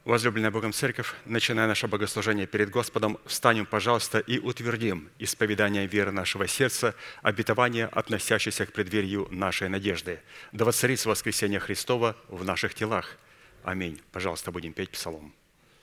Возлюбленная Богом Церковь, начиная наше богослужение перед Господом, встанем, пожалуйста, и утвердим исповедание веры нашего сердца, обетование, относящееся к преддверию нашей надежды. Да воцарится воскресение Христова в наших телах. Аминь. Пожалуйста, будем петь псалом.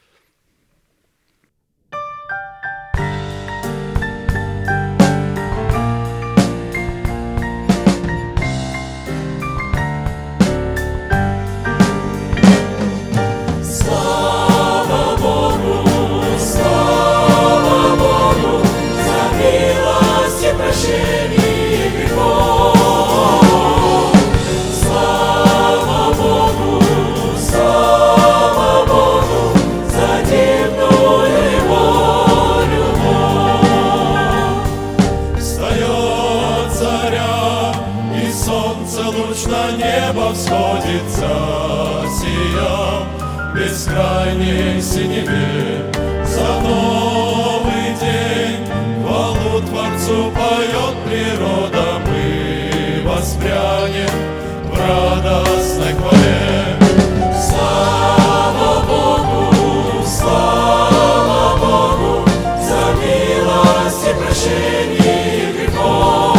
Бескрайней синеве за новый день хвалу Творцу поет природа, мы воспрянем в радостной хвале. Слава Богу за милость и прощение грехов.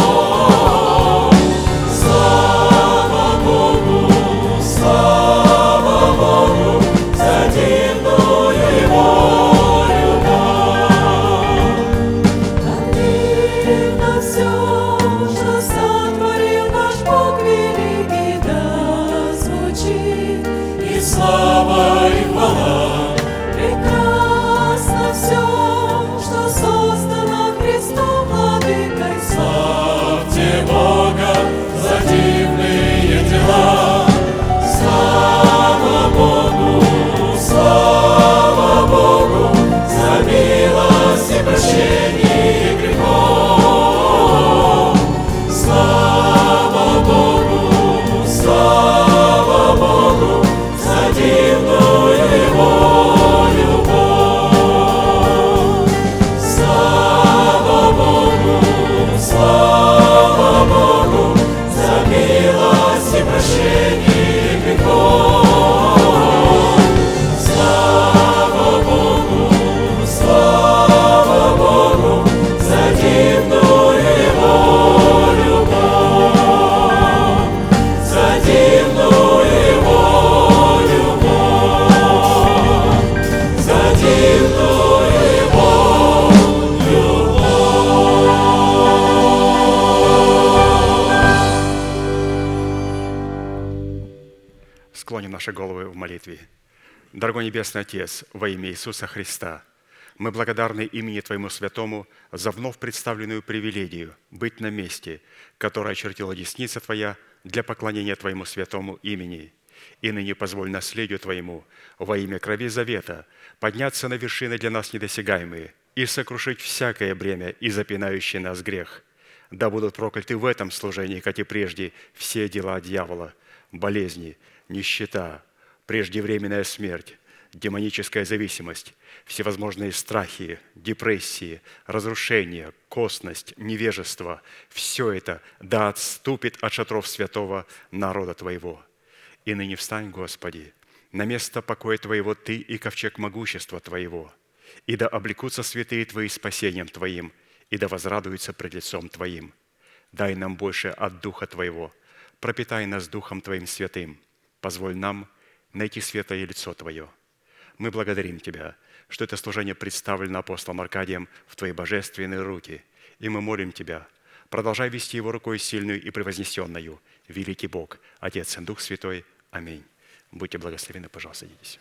Наши головы в молитве. Дорогой Небесный Отец, во имя Иисуса Христа, мы благодарны имени Твоему Святому за вновь представленную привилегию быть на месте, которое очертила десница Твоя для поклонения Твоему Святому имени. И ныне позволь наследию Твоему во имя крови завета подняться на вершины для нас недосягаемые и сокрушить всякое бремя и запинающий нас грех. Да будут прокляты в этом служении, как и прежде, все дела дьявола, болезни, нищета, преждевременная смерть, демоническая зависимость, всевозможные страхи, депрессии, разрушения, косность, невежество – все это да отступит от шатров святого народа Твоего. И ныне встань, Господи, на место покоя Твоего Ты и ковчег могущества Твоего, и да облекутся святые Твои спасением Твоим, и да возрадуются пред лицом Твоим. Дай нам больше от Духа Твоего, пропитай нас Духом Твоим святым, позволь нам найти светлое лицо Твое. Мы благодарим Тебя, что это служение представлено апостолом Аркадием в Твои божественные руки. И мы молим Тебя, продолжай вести его рукой сильную и превознесенную, великий Бог, Отец и Дух Святой. Аминь. Будьте благословенны, пожалуйста, садитесь.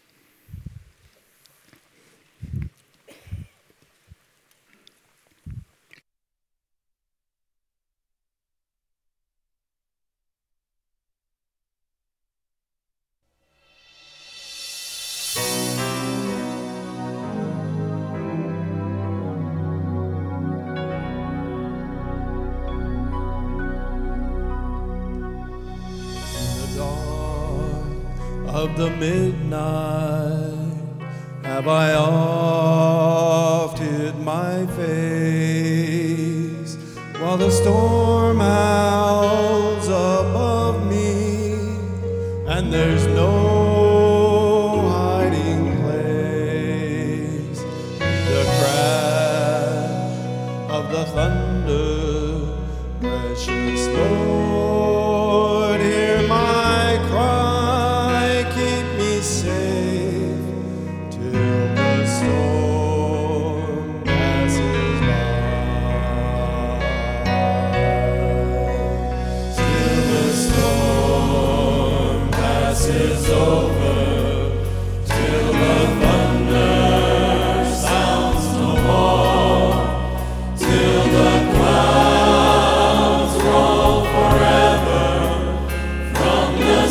Of the midnight have I oft hid my face, while the storm howls above me, and there's no hiding place. Gracious Lord, hear my cry, keep me safe till the storm passes by. Till the storm passes over, till the thunder sounds no more, till the clouds roll forever from the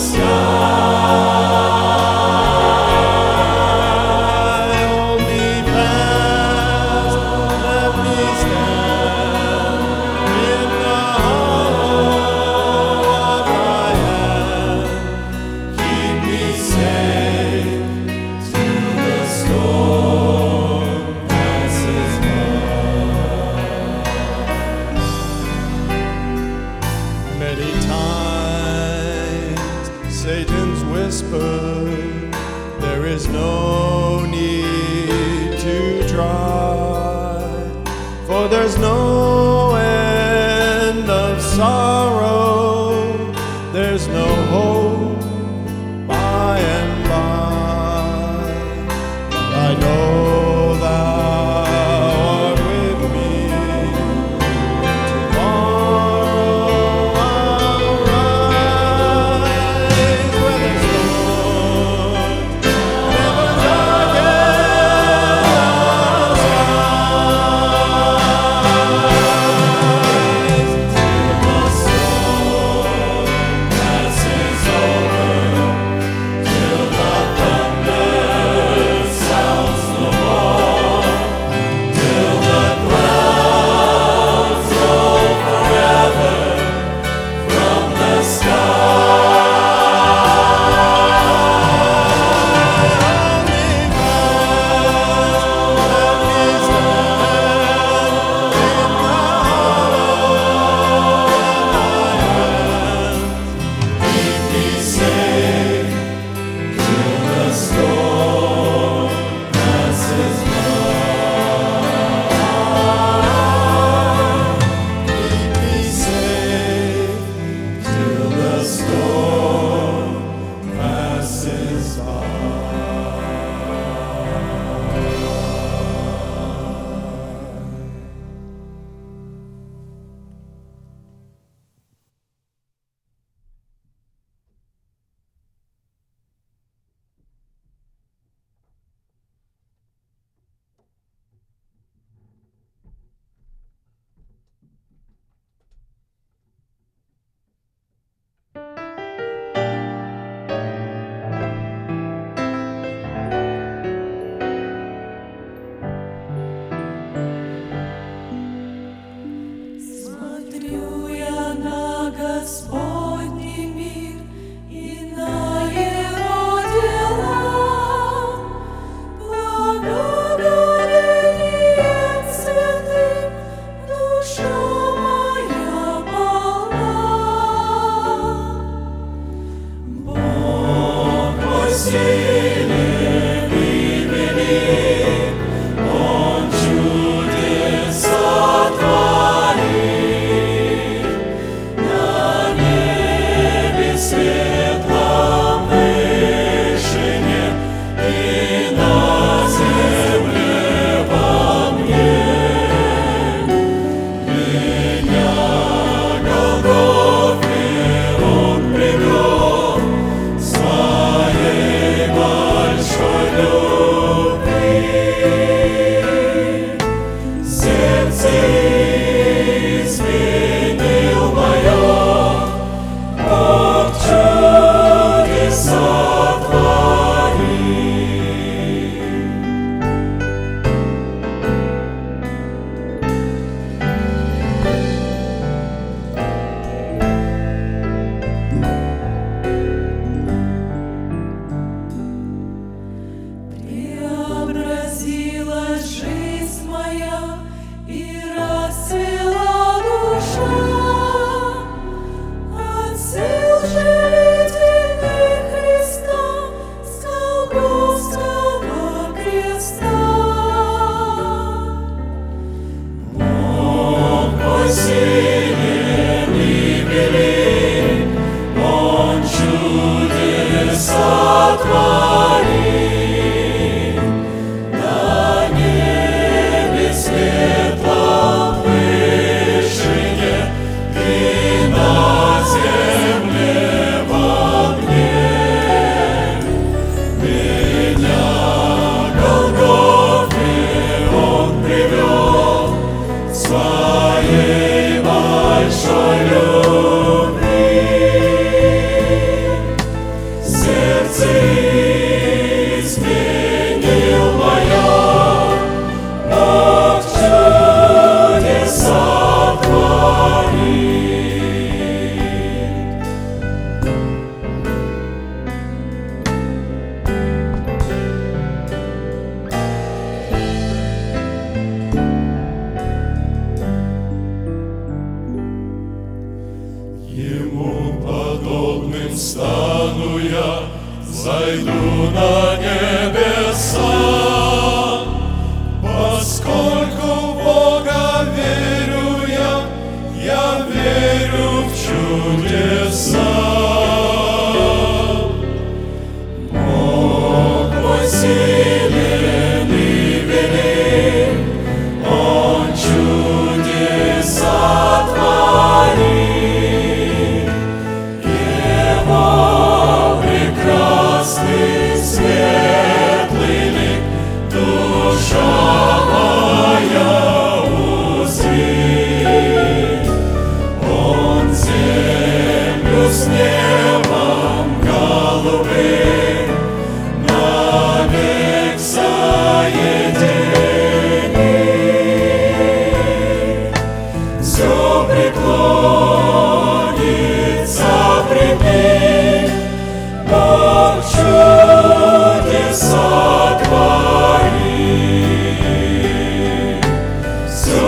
sky. Hold me fast, let me stand in the hollow of thy hand. Keep me safe till the storm passes by. Many times Satan's whispered, there is no need to try, for there's no end of sorrow, there's no hope by and by. But I know thou art with me. Tomorrow I'll rise where the storm never darkens the skies. Till the storm passes over, till the thunder sounds no more, till the clouds roll forever from the sky. Hold me fast, let me stand in the hollow of thy hand. Keep me safe till the storm passes by. Keep me safe till the storm passes by. Смотрю я на Господний мир и на Его дела, благодарением святым душа моя полна. Бог мой силен и велик, Он чудеса творит. На небе светлом вышине и на земле во мне. Меня Голгофе Он привел своей большой любви. Сердце изменил мое, Бог чудес Ему подобным стану я, зайду на небеса, поскольку в Бога верю я верю в чудеса. Бог мой силен и велик, Он чудеса творит. Его прекрасный светлый лик душа моя узрит. Он землю с небом голубым навек соединит. Все преклонится пред ним, Бог чудеса творит. Все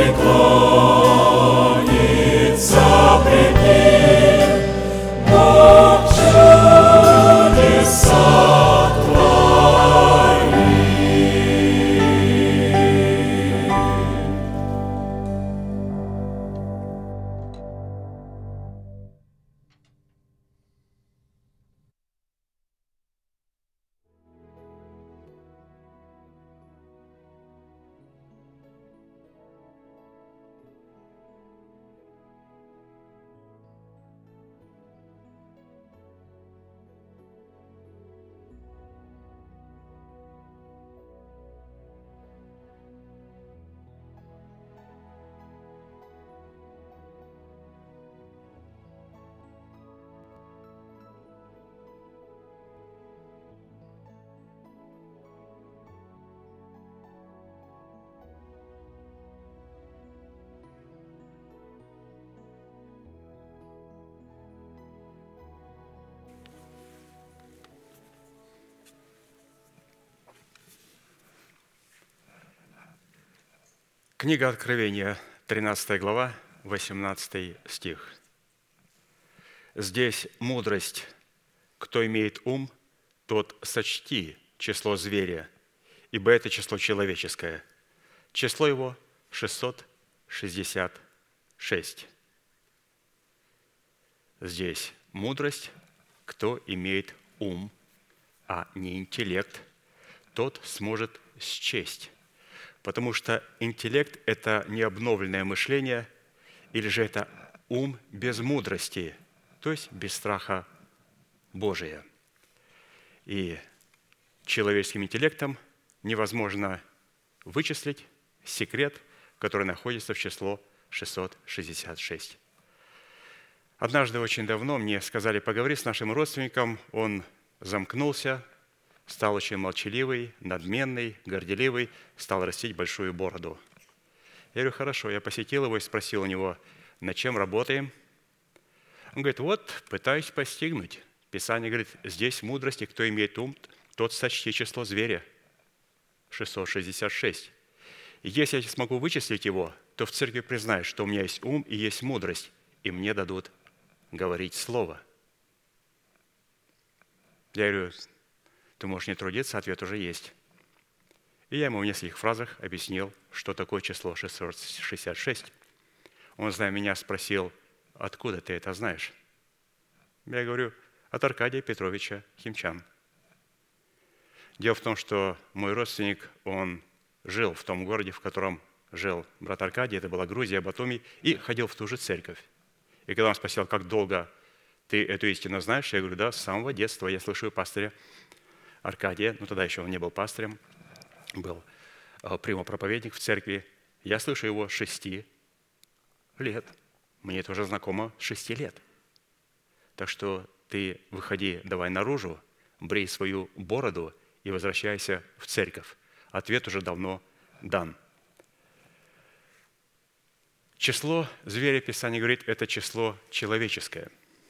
преклонится пред ним, Бог чудеса творит. Книга Откровения, 13 глава, 18 стих. Здесь мудрость. Кто имеет ум, тот сочти число зверя, ибо это число человеческое. Число его 666. Здесь мудрость. Кто имеет ум, а не интеллект, тот сможет счесть. Потому что интеллект – это не обновленное мышление, или же это ум без мудрости, то есть без страха Божия. И человеческим интеллектом невозможно вычислить секрет, который находится в число 666. Однажды очень давно мне сказали поговорить с нашим родственником, он замкнулся, стал очень молчаливый, надменный, горделивый, стал растить большую бороду. Я говорю, хорошо, я посетил его и спросил у него, над чем работаем? Он говорит, вот, пытаюсь постигнуть. Писание говорит, здесь мудрость, и кто имеет ум, тот сочти число зверя. 666. И если я смогу вычислить его, то в церкви признают, что у меня есть ум и есть мудрость, и мне дадут говорить слово. Я говорю, ты можешь не трудиться, ответ уже есть. И я ему в нескольких фразах объяснил, что такое число 666. Он, зная меня, спросил, откуда ты это знаешь? Я говорю, от Аркадия Петровича Химчан. Дело в том, что мой родственник, он жил в том городе, в котором жил брат Аркадий, это была Грузия, Батуми, и ходил в ту же церковь. И когда он спросил, как долго ты эту истину знаешь, я говорю, да, с самого детства я слышу пастыря Аркадия, тогда еще он не был пастырем, был примопроповедник в церкви. Я слышу его с 6 лет. Мне это уже знакомо с 6 лет. Так что ты выходи давай наружу, брей свою бороду и возвращайся в церковь. Ответ уже давно дан. Число зверя, Писание говорит, это число человеческое.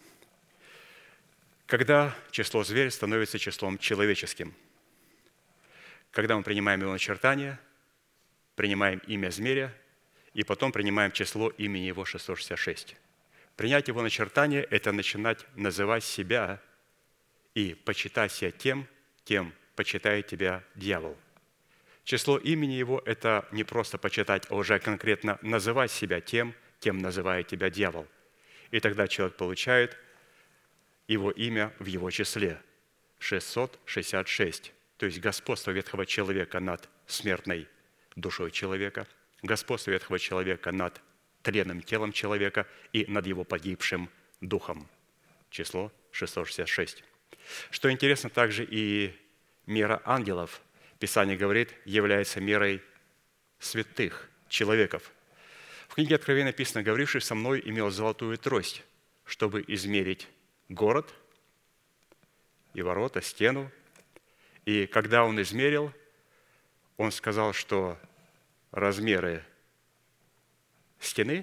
Когда число зверя становится числом человеческим? Когда мы принимаем его начертание, принимаем имя зверя, и потом принимаем число имени его 666. Принять его начертание – это начинать называть себя и почитать себя тем, кем почитает тебя дьявол. Число имени его – это не просто почитать, а уже конкретно называть себя тем, кем называет тебя дьявол. И тогда человек получает его имя в его числе – 666. То есть господство ветхого человека над смертной душой человека, господство ветхого человека над тленным телом человека и над его погибшим духом. Число 666. Что интересно, также и мера ангелов, Писание говорит, является мерой святых человеков. В книге Откровения написано: «Говоривший со мной имел золотую трость, чтобы измерить город и ворота, стену. И когда он измерил, он сказал, что размеры стены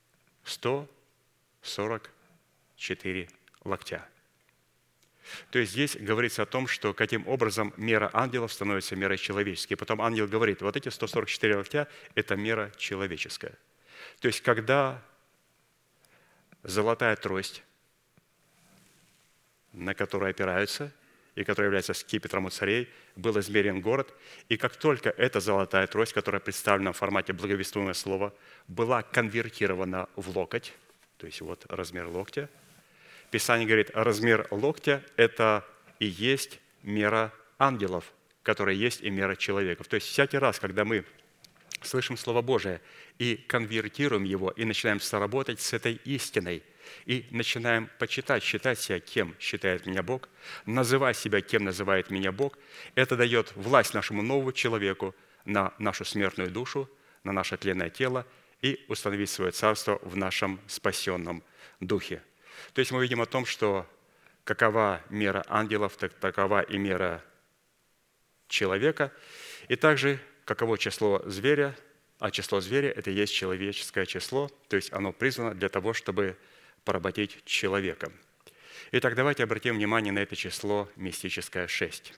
144 локтя». То есть здесь говорится о том, что каким образом мера ангелов становится мерой человеческой. Потом ангел говорит, вот эти 144 локтя – это мера человеческая. То есть когда золотая трость, на которую опираются, и которая является скипетром у царей, был измерен город, и как только эта золотая трость, которая представлена в формате благовествуемого слова, была конвертирована в локоть, то есть вот размер локтя, Писание говорит, размер локтя – это и есть мера ангелов, которая есть и мера человеков. То есть всякий раз, когда мы слышим Слово Божие и конвертируем его, и начинаем соработать с этой истиной, и начинаем почитать, считать себя, кем считает меня Бог, называть себя, кем называет меня Бог, это дает власть нашему новому человеку на нашу смертную душу, на наше тленное тело и установить свое царство в нашем спасенном духе. То есть мы видим о том, что какова мера ангелов, такова и мера человека, и также каково число зверя, а число зверя – это и есть человеческое число, то есть оно призвано для того, чтобы поработить человека. Итак, давайте обратим внимание на это число мистическое 6.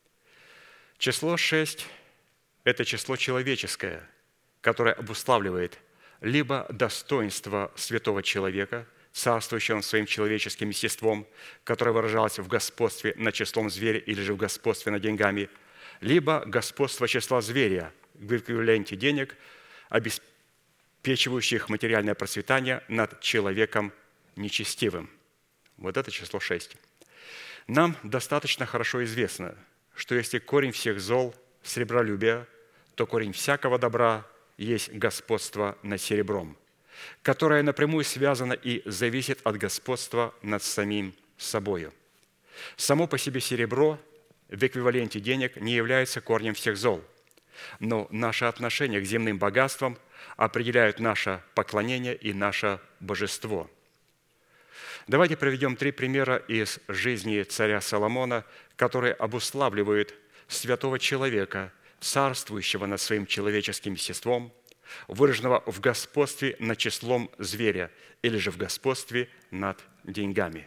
Число 6 – это число человеческое, которое обуславливает либо достоинство святого человека, царствующего своим человеческим естеством, которое выражалось в господстве над числом зверя или же в господстве над деньгами, либо господство числа зверя в эквиваленте денег, обеспечивающих материальное процветание над человеком нечестивым. Вот это число 6. Нам достаточно хорошо известно, что если корень всех зол – сребролюбие, то корень всякого добра есть господство над серебром, которое напрямую связано и зависит от господства над самим собою. Само по себе серебро в эквиваленте денег не является корнем всех зол, но наше отношение к земным богатствам определяют наше поклонение и наше божество. Давайте приведем 3 примера из жизни царя Соломона, которые обуславливают святого человека, царствующего над своим человеческим естеством, выраженного в господстве над числом зверя или же в господстве над деньгами.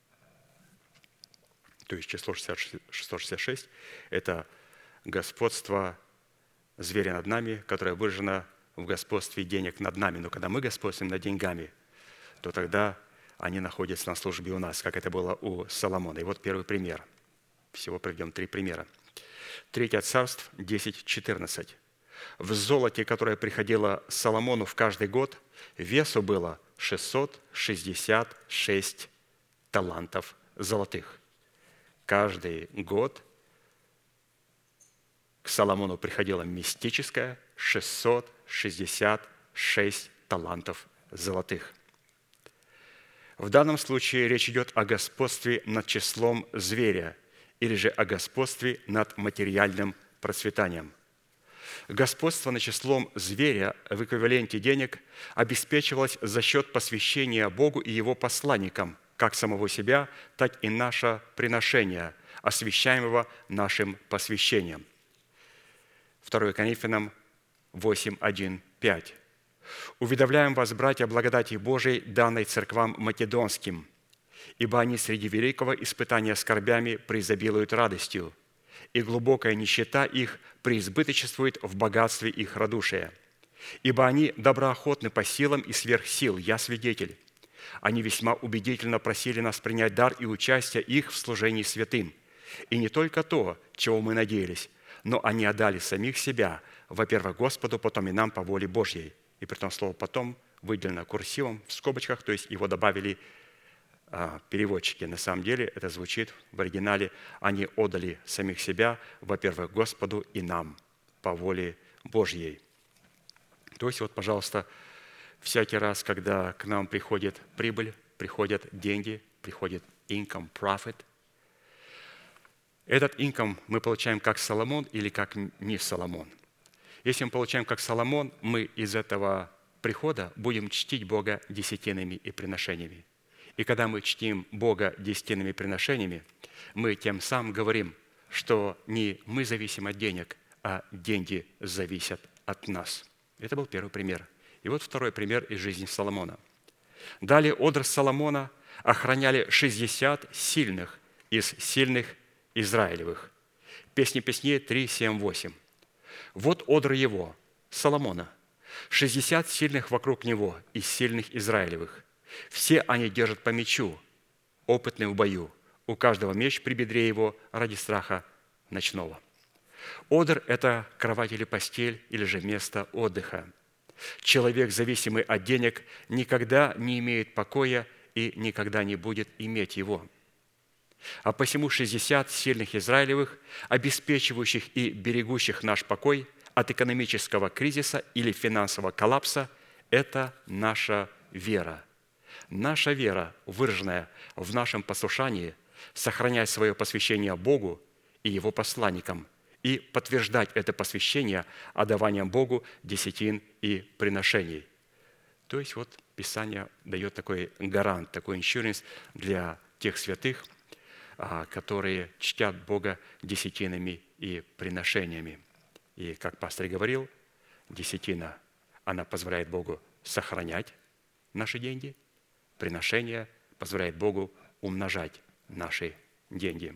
То есть число 666 – это господство зверя над нами, которое выражено в господстве денег над нами. Но когда мы господствуем над деньгами, то тогда они находятся на службе у нас, как это было у Соломона. И вот первый пример. Всего приведем 3 примера. 3 Царств 10:14. В золоте, которое приходило Соломону в каждый год, весу было 666 талантов золотых. Каждый год к Соломону приходило мистическое 666 талантов золотых. В данном случае речь идет о господстве над числом зверя или же о господстве над материальным процветанием. Господство над числом зверя в эквиваленте денег обеспечивалось за счет посвящения Богу и Его посланникам, как самого себя, так и наше приношение, освящаемого нашим посвящением. 2 Коринфянам 8:1-5. «Уведомляем вас, братья, благодати Божией, данной церквам македонским, ибо они среди великого испытания скорбями преизобилуют радостью, и глубокая нищета их преизбыточествует в богатстве их радушия. Ибо они доброохотны по силам и сверх сил, я свидетель. Они весьма убедительно просили нас принять дар и участие их в служении святым. И не только то, чего мы надеялись, но они отдали самих себя, во-первых, Господу, потом и нам по воле Божьей. И при том слово «потом» выделено курсивом в скобочках, то есть его добавили переводчики. На самом деле это звучит в оригинале: они отдали самих себя, во-первых, Господу и нам по воле Божьей. То есть вот, пожалуйста, всякий раз, когда к нам приходит прибыль, приходят деньги, приходит income, profit, этот income мы получаем как Соломон или как не Соломон. Если мы получаем как Соломон, мы из этого прихода будем чтить Бога десятинными и приношениями. И когда мы чтим Бога десятинными приношениями, мы тем самым говорим, что не мы зависим от денег, а деньги зависят от нас. Это был первый пример. И вот второй пример из жизни Соломона. Далее одры Соломона охраняли 60 сильных из сильных Израилевых. Песни Песней 3, 7, 8. Вот одры его, Соломона, 60 сильных вокруг него из сильных Израилевых. Все они держат по мечу, опытны в бою. У каждого меч при бедре его ради страха ночного. Одр – это кровать или постель, или же место отдыха. Человек, зависимый от денег, никогда не имеет покоя и никогда не будет иметь его. А посему 60 сильных Израилевых, обеспечивающих и берегущих наш покой от экономического кризиса или финансового коллапса – это наша вера. Наша вера, выраженная в нашем послушании, сохранять свое посвящение Богу и Его посланникам и подтверждать это посвящение отдаванием Богу десятин и приношений. То есть вот Писание дает такой гарант, такой иншуренс для тех святых, которые чтят Бога десятинами и приношениями. И, как пастор говорил, десятина, она позволяет Богу сохранять наши деньги, приношение позволяет Богу умножать наши деньги.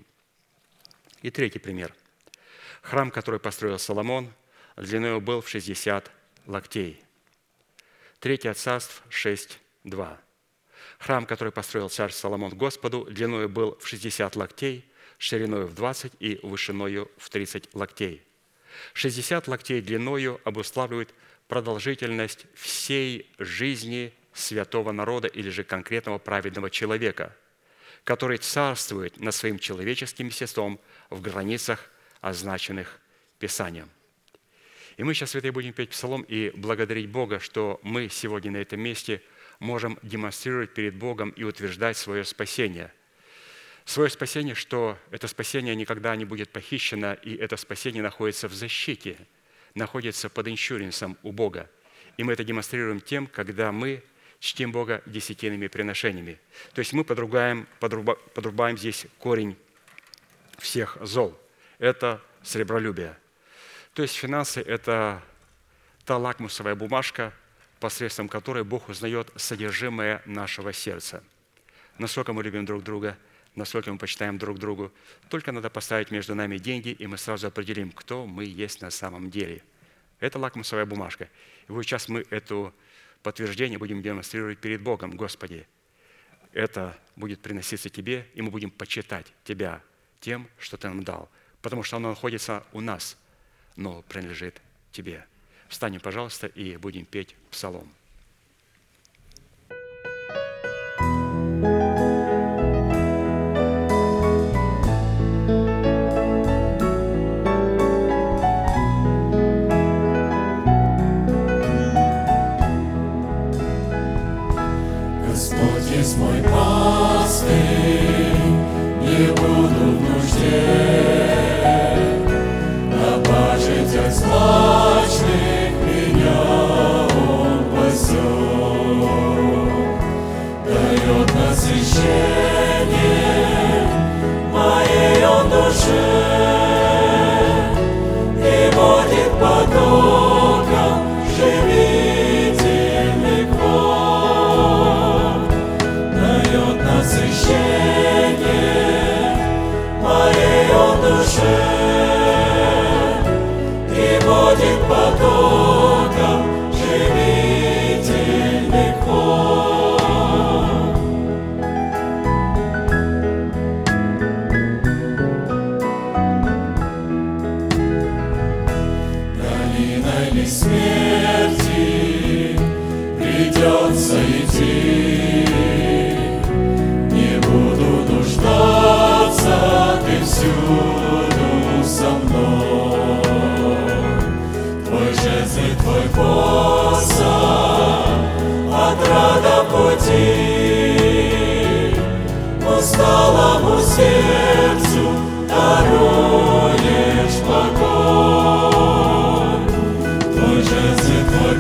И третий пример. Храм, который построил Соломон, длиной был в 60 локтей. 3 Царств 6, 2. Храм, который построил царь Соломон Господу, длиной был в 60 локтей, шириной в 20 и вышиною в 30 локтей. 60 локтей длиною обуславливает продолжительность всей жизни святого народа или же конкретного праведного человека, который царствует над своим человеческим естеством в границах, означенных Писанием. И мы сейчас, святые, будем петь псалом и благодарить Бога, что мы сегодня на этом месте можем демонстрировать перед Богом и утверждать свое спасение. Свое спасение, что это спасение никогда не будет похищено, и это спасение находится в защите, находится под иншуренсом у Бога. И мы это демонстрируем тем, когда мы чтим Бога десятинными приношениями. То есть мы подрубаем здесь корень всех зол. Это сребролюбие. То есть финансы – это та лакмусовая бумажка, посредством которой Бог узнает содержимое нашего сердца. Насколько мы любим друг друга, насколько мы почитаем друг другу. Только надо поставить между нами деньги, и мы сразу определим, кто мы есть на самом деле. Это лакмусовая бумажка. И вот сейчас мы это подтверждение будем демонстрировать перед Богом. Господи, это будет приноситься Тебе, и мы будем почитать Тебя тем, что Ты нам дал. Потому что оно находится у нас, но принадлежит Тебе. Встанем, пожалуйста, и будем петь псалом. Господь есть мой пастырь, не буду в нужде. Обожить от злачных меня Он пасет, дает насыщение моей Он душе и водит потоком живительных вод, дает насыщение моей Он усталому сердцу даруешь покой. Твой жест и твой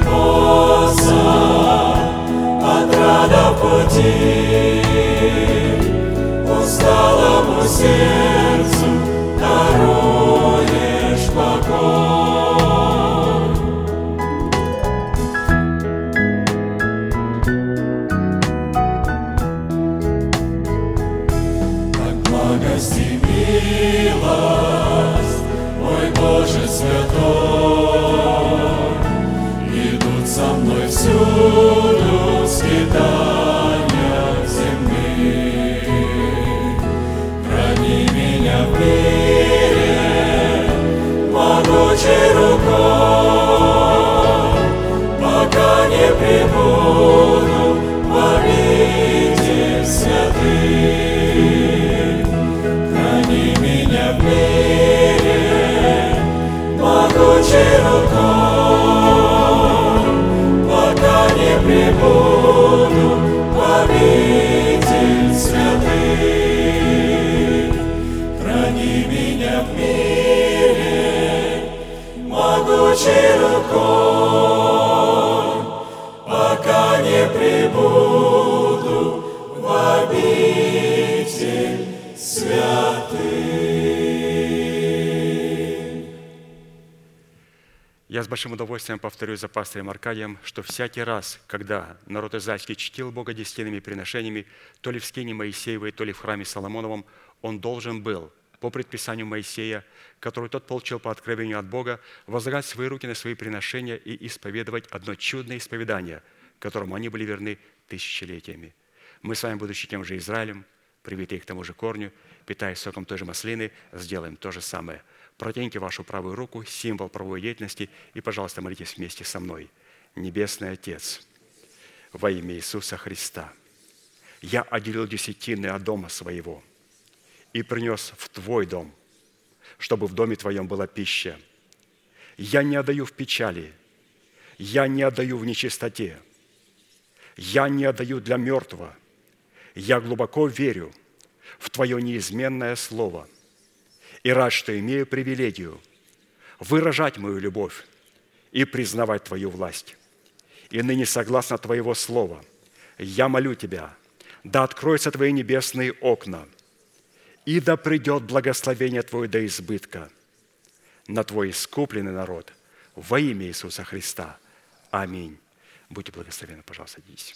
посох отрада в пути, усталому сердцу даруешь покой. Как благость и милость, мой Боже святой, идут со мной всюду в скитаниях земных. Храни меня в мире могучей рукой, пока не прибуду в обитель святых. Храни меня в мире могучей рукой, пока не прибуду в обитель святых. Храни меня в мире могучей рукой, пока не прибуду в обитель святых. Я с большим удовольствием повторю за пастырем Аркадием, что всякий раз, когда народ израильский чтил Бога десятинными приношениями, то ли в скине Моисеевой, то ли в храме Соломоновом, он должен был, по предписанию Моисея, который тот получил по откровению от Бога, возлагать свои руки на свои приношения и исповедовать одно чудное исповедание, которому они были верны тысячелетиями. Мы с вами, будучи тем же Израилем, привитые к тому же корню, питаясь соком той же маслины, сделаем то же самое. Протяните вашу правую руку, символ правовой деятельности, и, пожалуйста, молитесь вместе со мной. Небесный Отец, во имя Иисуса Христа, я отделил десятины от дома своего и принес в Твой дом, чтобы в доме Твоем была пища. Я не отдаю в печали, я не отдаю в нечистоте, я не отдаю для мертвого. Я глубоко верю в Твое неизменное Слово и рад, что имею привилегию выражать мою любовь и признавать Твою власть. И ныне, согласно Твоего Слова, я молю Тебя, да откроются Твои небесные окна, и да придет благословение Твое до избытка на Твой искупленный народ во имя Иисуса Христа. Аминь. Будьте благословенны, пожалуйста, садитесь.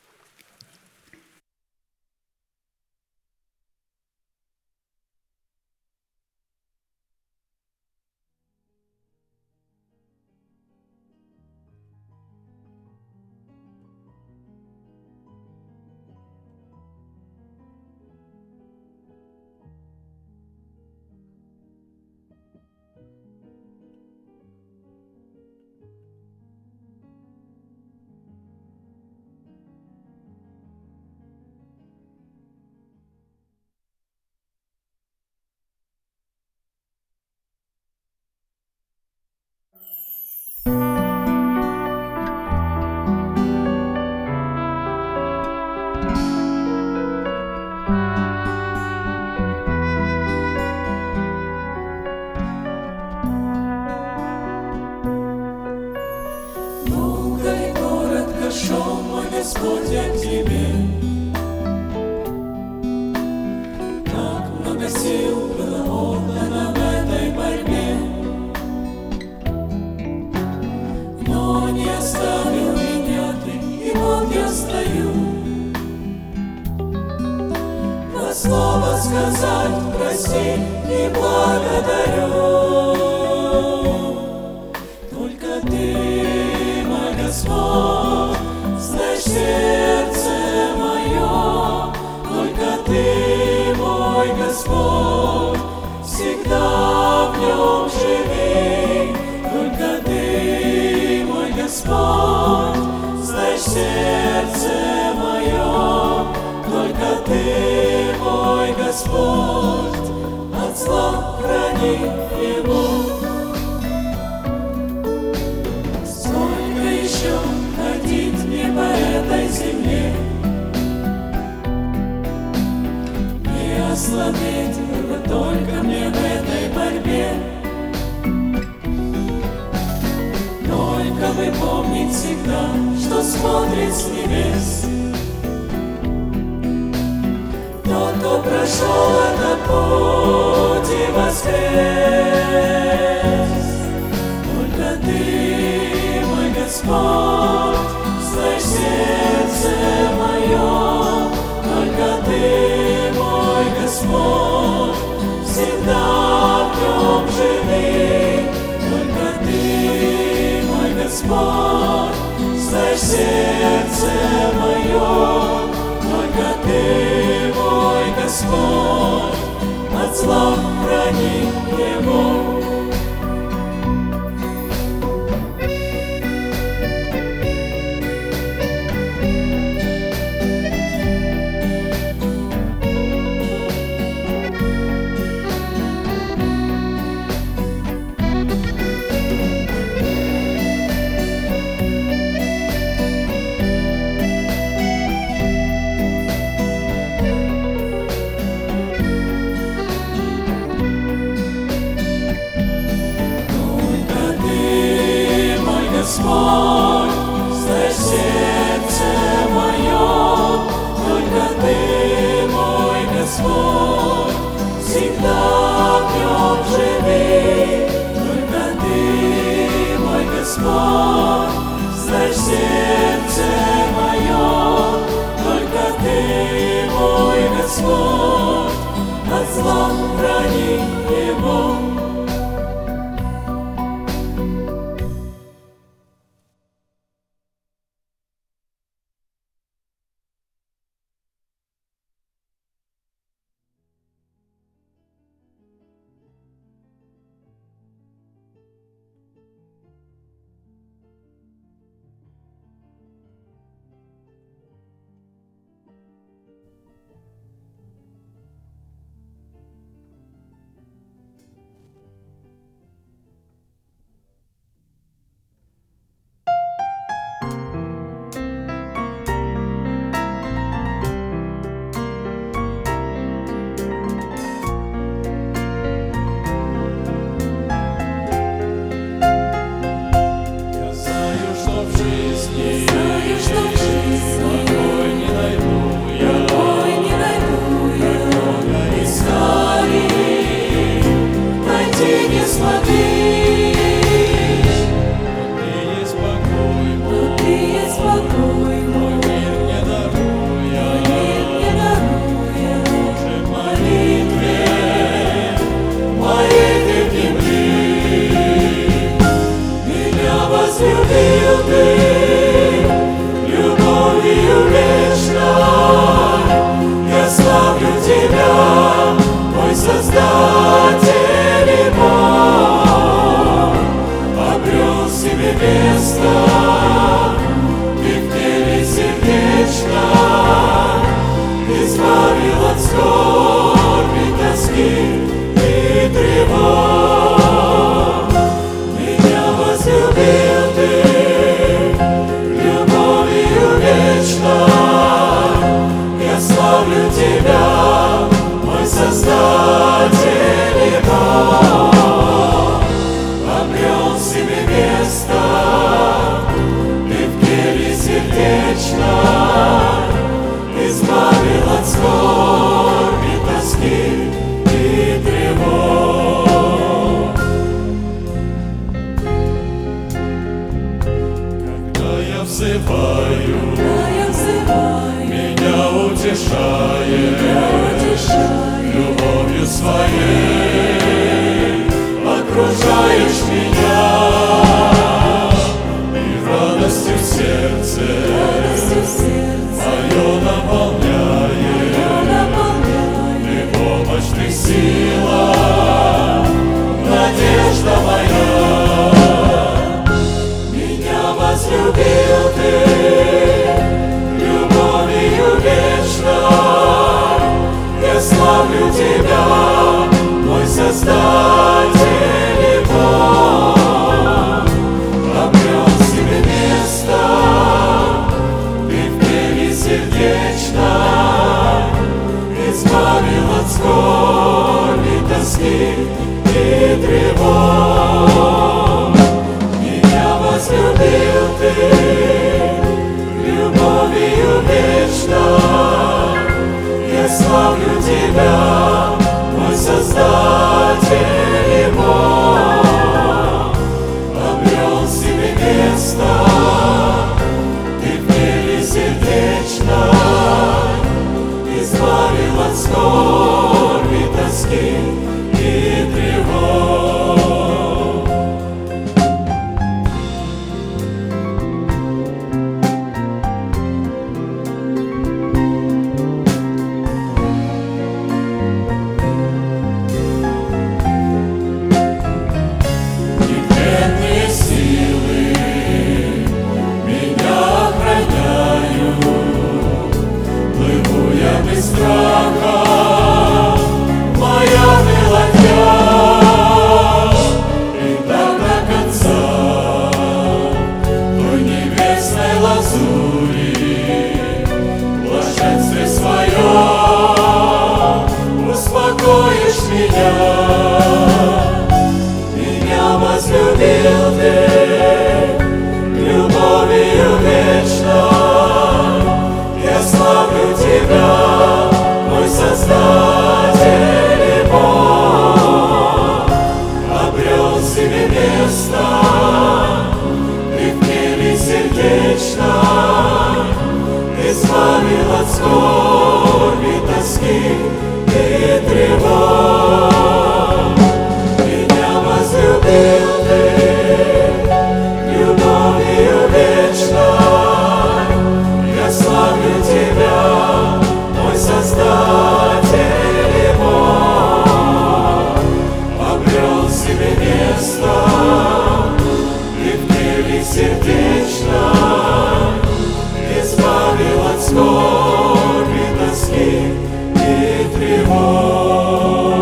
Господь, я к Тебе. Так много сил было отдано в этой борьбе, но не оставил меня Ты, и вот я стою. На слово сказать прости и благодарю. Только Ты, мой Господь, знаешь сердце мое, только Ты, мой Господь, всегда в нем живи. Только Ты, мой Господь, знаешь сердце мое, только Ты, мой Господь, от зла храни его. Сколько еще по этой земле, ослабеть, было только мне в этой борьбе. Только бы помнить всегда, что смотрит с небес тот, кто прошел этот путь и воскрес. Только Ты, мой Господь, знаешь сердце мое. Только Ты, мой Господь, всегда в нем живи. Только Ты, мой Господь, знаешь сердце мое. Только Ты, мой Господь, от зла храни его. Господь, знаешь сердце мое. Только Ты, мой Господь, всегда в нем живи. Только Ты, мой Господь, знаешь сердце мое. Только Ты, мой Господь, от зла храни его. Любовью своей окружаешь меня, и радостью в сердце мое наполняешь, и помощь ты сила, надежда моя. Меня возлюбил ты любовью вечной, я славлю тебя, мой Создатель и Бог. Обрел себе место ты в теле сердечной, избавил от скорби, тоски и тревог. Меня возлюбил Ты любовью вечной. Я славлю Тебя, мой Создатель и Бог. Обрел себе место Ты в мире сердечной, избавил от скорби, тоски и тревог. Нетленные силы меня охраняют, плыву я без страха, моя ладья, и так до конца той небесной лазури, в блаженстве своем успокоишь меня. Меня возлюбил Ты любовью вечной. Я славлю Тебя, мой Создатель и Бог. Обрел себе место Ты в мире сердечной, избавил от скорби, тоски и тревог. Меня возлюбил Ты любовью вечной. Я славлю Тебя, мой Создатель и Бог. Обрел себе место Ты в мире сердечной, избавил от скорби, тоски и тревог.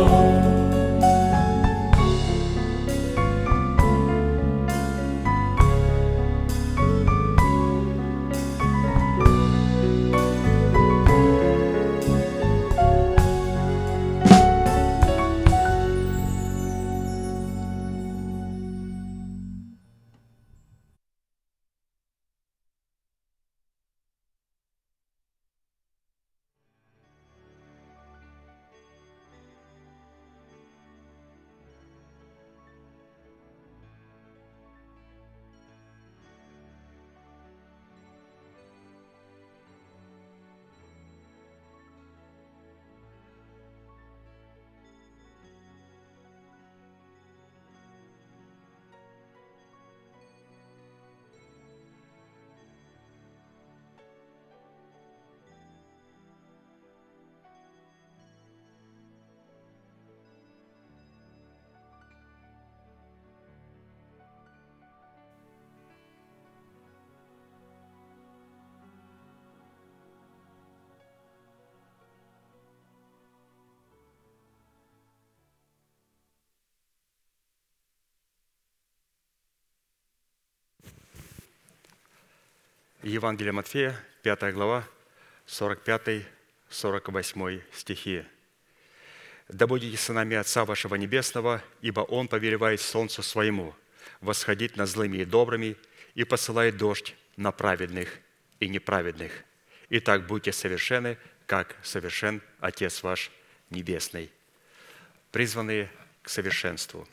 Евангелие Матфея, 5 глава, 45-48 стихи. «Да будете сынами Отца вашего Небесного, ибо Он повелевает солнцу своему восходить над злыми и добрыми и посылает дождь на праведных и неправедных. Итак, будьте совершенны, как совершен Отец ваш Небесный». Призванные к совершенству.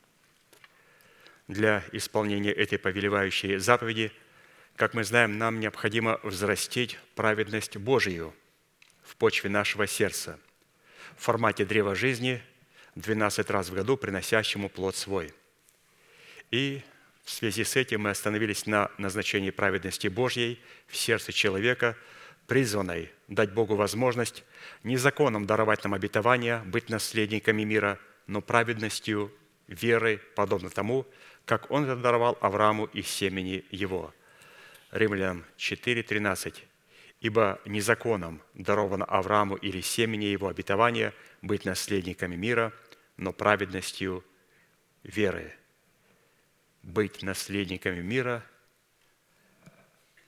Для исполнения этой повелевающей заповеди, как мы знаем, нам необходимо взрастить праведность Божию в почве нашего сердца в формате древа жизни 12 раз в году, приносящему плод свой. И в связи с этим мы остановились на назначении праведности Божьей в сердце человека, призванной дать Богу возможность не законом даровать нам обетование, быть наследниками мира, но праведностью веры, подобно тому, как Он это даровал Аврааму и семени его. Римлянам 4:13. «Ибо не законом даровано Аврааму или семени его обетование быть наследниками мира, но праведностью веры». Быть наследниками мира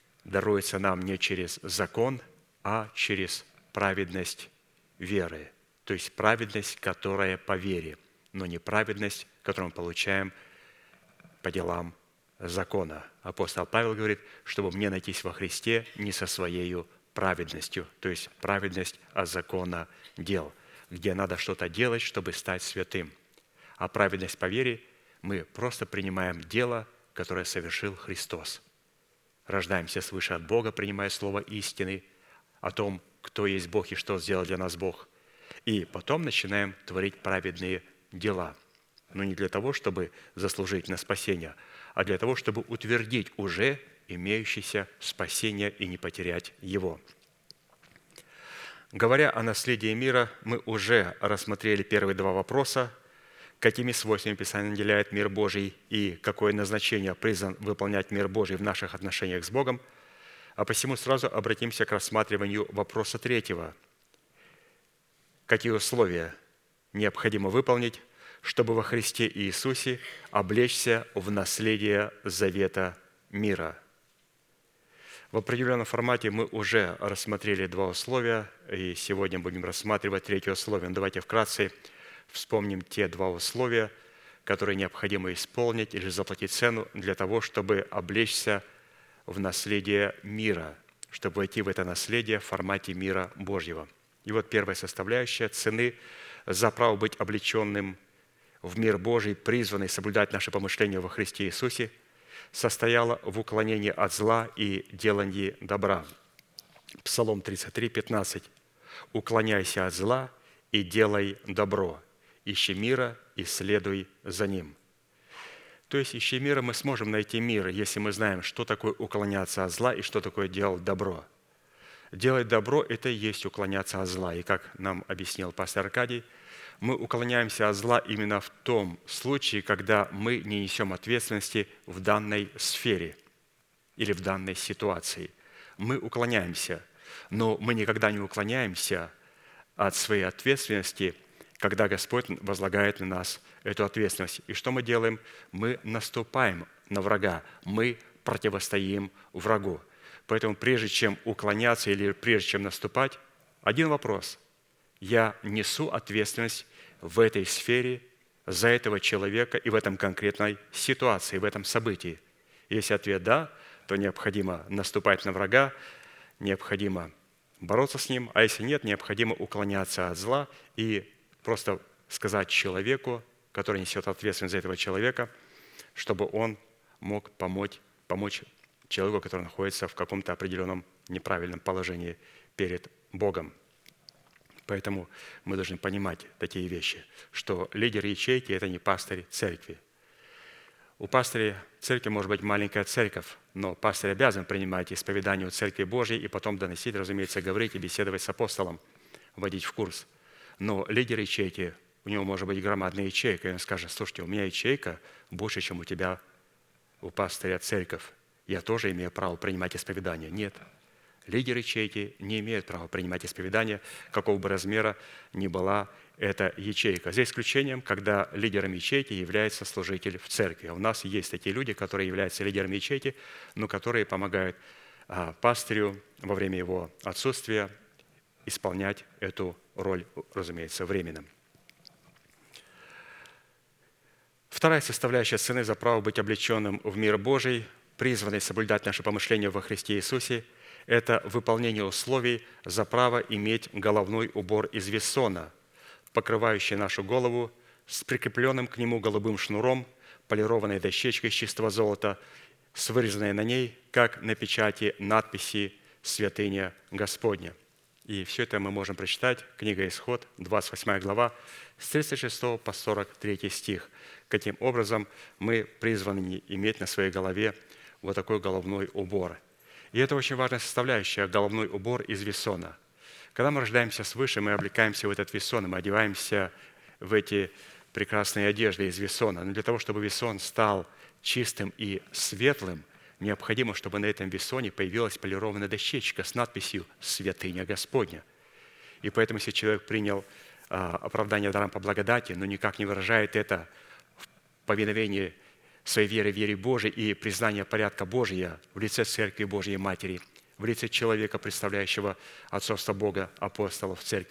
даруется нам не через закон, а через праведность веры. то есть праведность, которая по вере, но не праведность, которую мы получаем по делам закона. Апостол Павел говорит, чтобы мне найтись во Христе не со своей праведностью, то есть праведность от закона дел, где надо что-то делать, чтобы стать святым. А праведность по вере мы просто принимаем дело, которое совершил Христос. Рождаемся свыше от Бога, принимая слово истины о том, кто есть Бог и что сделал для нас Бог. И потом начинаем творить праведные дела. Но не для того, чтобы заслужить на спасение, а для того, чтобы утвердить уже имеющееся спасение и не потерять его. Говоря о наследии мира, мы уже рассмотрели первые два вопроса, какими свойствами Писание наделяет мир Божий и какое назначение призван выполнять мир Божий в наших отношениях с Богом. А посему сразу обратимся к рассматриванию вопроса третьего. Какие условия необходимо выполнить, чтобы во Христе Иисусе облечься в наследие завета мира? В определенном формате мы уже рассмотрели два условия, и сегодня будем рассматривать третье условие. Давайте вкратце вспомним те два условия, которые необходимо исполнить или заплатить цену для того, чтобы облечься в наследие мира, чтобы войти в это наследие в формате мира Божьего. И вот первая составляющая цены за право быть облеченным в мир Божий, призванный соблюдать наши помышления во Христе Иисусе, состояла в уклонении от зла и делании добра. Псалом 33, 15. «Уклоняйся от зла и делай добро, ищи мира и следуй за ним». То есть, ищи мира, мы сможем найти мир, если мы знаем, что такое уклоняться от зла и что такое делать добро. Делать добро – это и есть уклоняться от зла. И как нам объяснил пастор Аркадий, мы уклоняемся от зла именно в том случае, когда мы не несем ответственности в данной сфере или в данной ситуации. Мы уклоняемся, но мы никогда не уклоняемся от своей ответственности, когда Господь возлагает на нас эту ответственность. И что мы делаем? Мы наступаем на врага, мы противостоим врагу. Поэтому прежде чем уклоняться или прежде чем наступать, один вопрос. Я несу ответственность в этой сфере за этого человека и в этом конкретной ситуации, в этом событии. Если ответ «да», то необходимо наступать на врага, необходимо бороться с ним, а если нет, необходимо уклоняться от зла и просто сказать человеку, который несет ответственность за этого человека, чтобы он мог помочь человеку, который находится в каком-то определенном неправильном положении перед Богом. Поэтому мы должны понимать такие вещи, что лидер ячейки – это не пастырь церкви. У пастыря церкви может быть маленькая церковь, но пастырь обязан принимать исповедание у Церкви Божьей и потом доносить, разумеется, говорить и беседовать с апостолом, вводить в курс. Но лидер ячейки, у него может быть громадная ячейка, и он скажет: слушайте, у меня ячейка больше, чем у тебя, у пастыря церковь. Я тоже имею право принимать исповедание. Нет. Лидер ячейки не имеет права принимать исповедание, какого бы размера ни была эта ячейка. За исключением, когда лидером ячейки является служитель в церкви. У нас есть такие люди, которые являются лидерами ячейки, но которые помогают пастырю во время его отсутствия исполнять эту роль, разумеется, временным. Вторая составляющая цены за право быть облеченным в мир Божий, призванный соблюдать наши помышления во Христе Иисусе, это выполнение условий за право иметь головной убор из вессона, покрывающий нашу голову с прикрепленным к нему голубым шнуром, полированной дощечкой из чистого золота, с вырезанной на ней, как на печати, надписи «Святыня Господня». И все это мы можем прочитать, книга Исход, 28 глава, с 36 по 43 стих. Каким образом мы призваны иметь на своей голове вот такой головной убор. И это очень важная составляющая – головной убор из вессона. Когда мы рождаемся свыше, мы облекаемся в этот вессон, мы одеваемся в эти прекрасные одежды из вессона. Но для того, чтобы вессон стал чистым и светлым, необходимо, чтобы на этом вессоне появилась полированная дощечка с надписью «Святыня Господня». И поэтому, если человек принял оправдание даром по благодати, но никак не выражает это в повиновении своей веры в вере Божией и признание порядка Божия в лице Церкви Божией Матери, в лице человека, представляющего отцовство Бога, апостолов в церкви,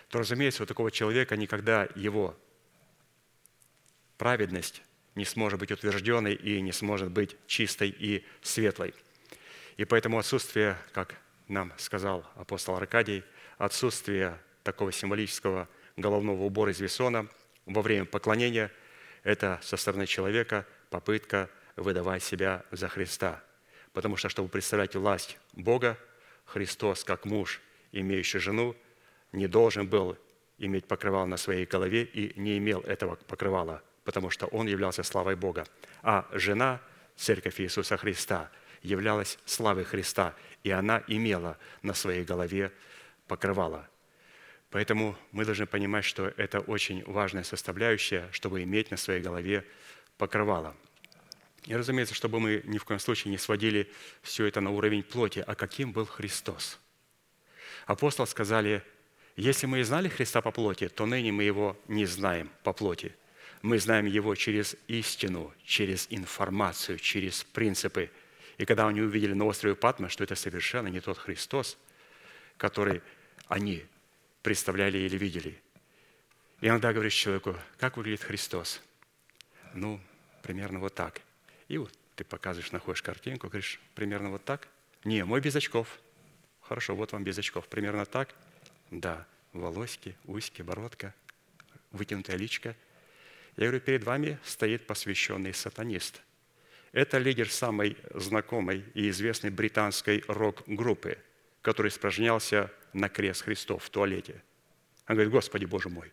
то, разумеется, у такого человека никогда его праведность не сможет быть утвержденной и не сможет быть чистой и светлой. И поэтому отсутствие, как нам сказал апостол Аркадий, отсутствие такого символического головного убора из весона во время поклонения – это со стороны человека попытка выдавать себя за Христа. Потому что, чтобы представлять власть Бога, Христос, как муж, имеющий жену, не должен был иметь покрывало на своей голове и не имел этого покрывала, потому что он являлся славой Бога. А жена, Церковь Иисуса Христа, являлась славой Христа, и она имела на своей голове покрывало. Поэтому мы должны понимать, что это очень важная составляющая, чтобы иметь на своей голове покрывало. И, разумеется, чтобы мы ни в коем случае не сводили все это на уровень плоти, а каким был Христос. Апостолы сказали: если мы и знали Христа по плоти, то ныне мы Его не знаем по плоти. Мы знаем Его через истину, через информацию, через принципы. И когда они увидели на острове Патмос, что это совершенно не тот Христос, который они представляли или видели. И иногда говоришь человеку: как выглядит Христос? Ну, примерно вот так. И вот ты показываешь, находишь картинку, говоришь: примерно вот так? Не, мой без очков. Хорошо, вот вам без очков. Примерно так? Да, волосики, усики, бородка, вытянутая личка. Я говорю: перед вами стоит посвященный сатанист. Это лидер самой знакомой и известной британской рок-группы, который испражнялся на крест Христов в туалете. Он говорит: Господи, Боже мой!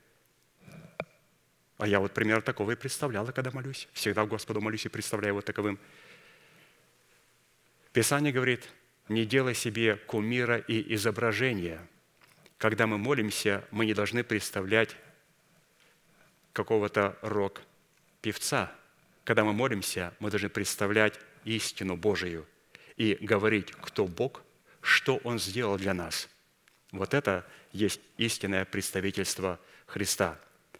А я вот примерно такого и представляла, когда молюсь. Всегда Господу молюсь и представляю вот таковым. Писание говорит: не делай себе кумира и изображения. Когда мы молимся, мы не должны представлять какого-то рок-певца. Когда мы молимся, мы должны представлять истину Божию и говорить, кто Бог, что Он сделал для нас. Вот это есть истинное представительство Христа.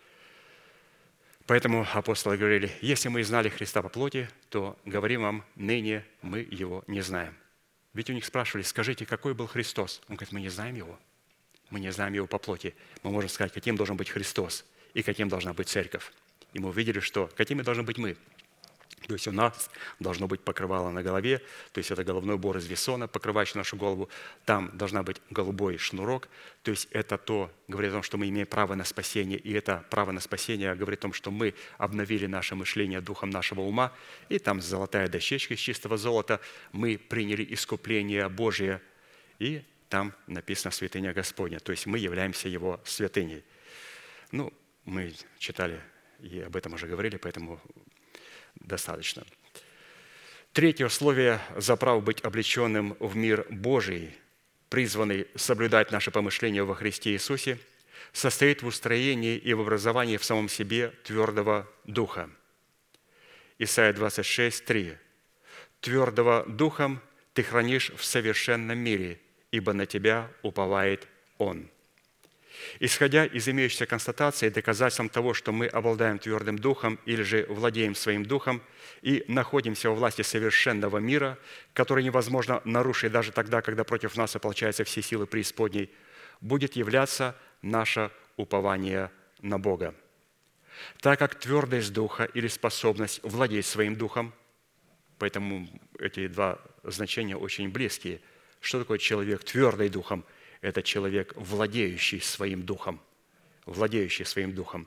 Поэтому апостолы говорили: если мы и знали Христа по плоти, то говорим вам, ныне мы Его не знаем. Ведь у них спрашивали: скажите, какой был Христос? Он говорит: мы не знаем Его. Мы не знаем Его по плоти. Мы можем сказать, каким должен быть Христос и каким должна быть церковь. И мы увидели, что какими должны быть мы. То есть у нас должно быть покрывало на голове, то есть это головной убор из весона, покрывающий нашу голову. Там должна быть голубой шнурок, то есть это то, говорит о том, что мы имеем право на спасение, и это право на спасение говорит о том, что мы обновили наше мышление духом нашего ума, и там золотая дощечка из чистого золота, мы приняли искупление Божие, и там написано «святыня Господня», то есть мы являемся Его святыней. Ну, мы читали и об этом уже говорили, поэтому достаточно. Третье условие за право быть облеченным в мир Божий, призванный соблюдать наше помышление во Христе Иисусе, состоит в устроении и в образовании в самом себе твердого духа. Исайя 26, 3. «Твердого духом ты хранишь в совершенном мире, ибо на тебя уповает Он». Исходя из имеющейся констатации, доказательством того, что мы обладаем твердым духом или же владеем своим духом и находимся во власти совершенного мира, который невозможно нарушить даже тогда, когда против нас ополчаются все силы преисподней, будет являться наше упование на Бога. Так как твердость духа или способность владеть своим духом, поэтому эти два значения очень близкие. Что такое человек твердый духом? Это человек, владеющий своим духом. Владеющий своим духом.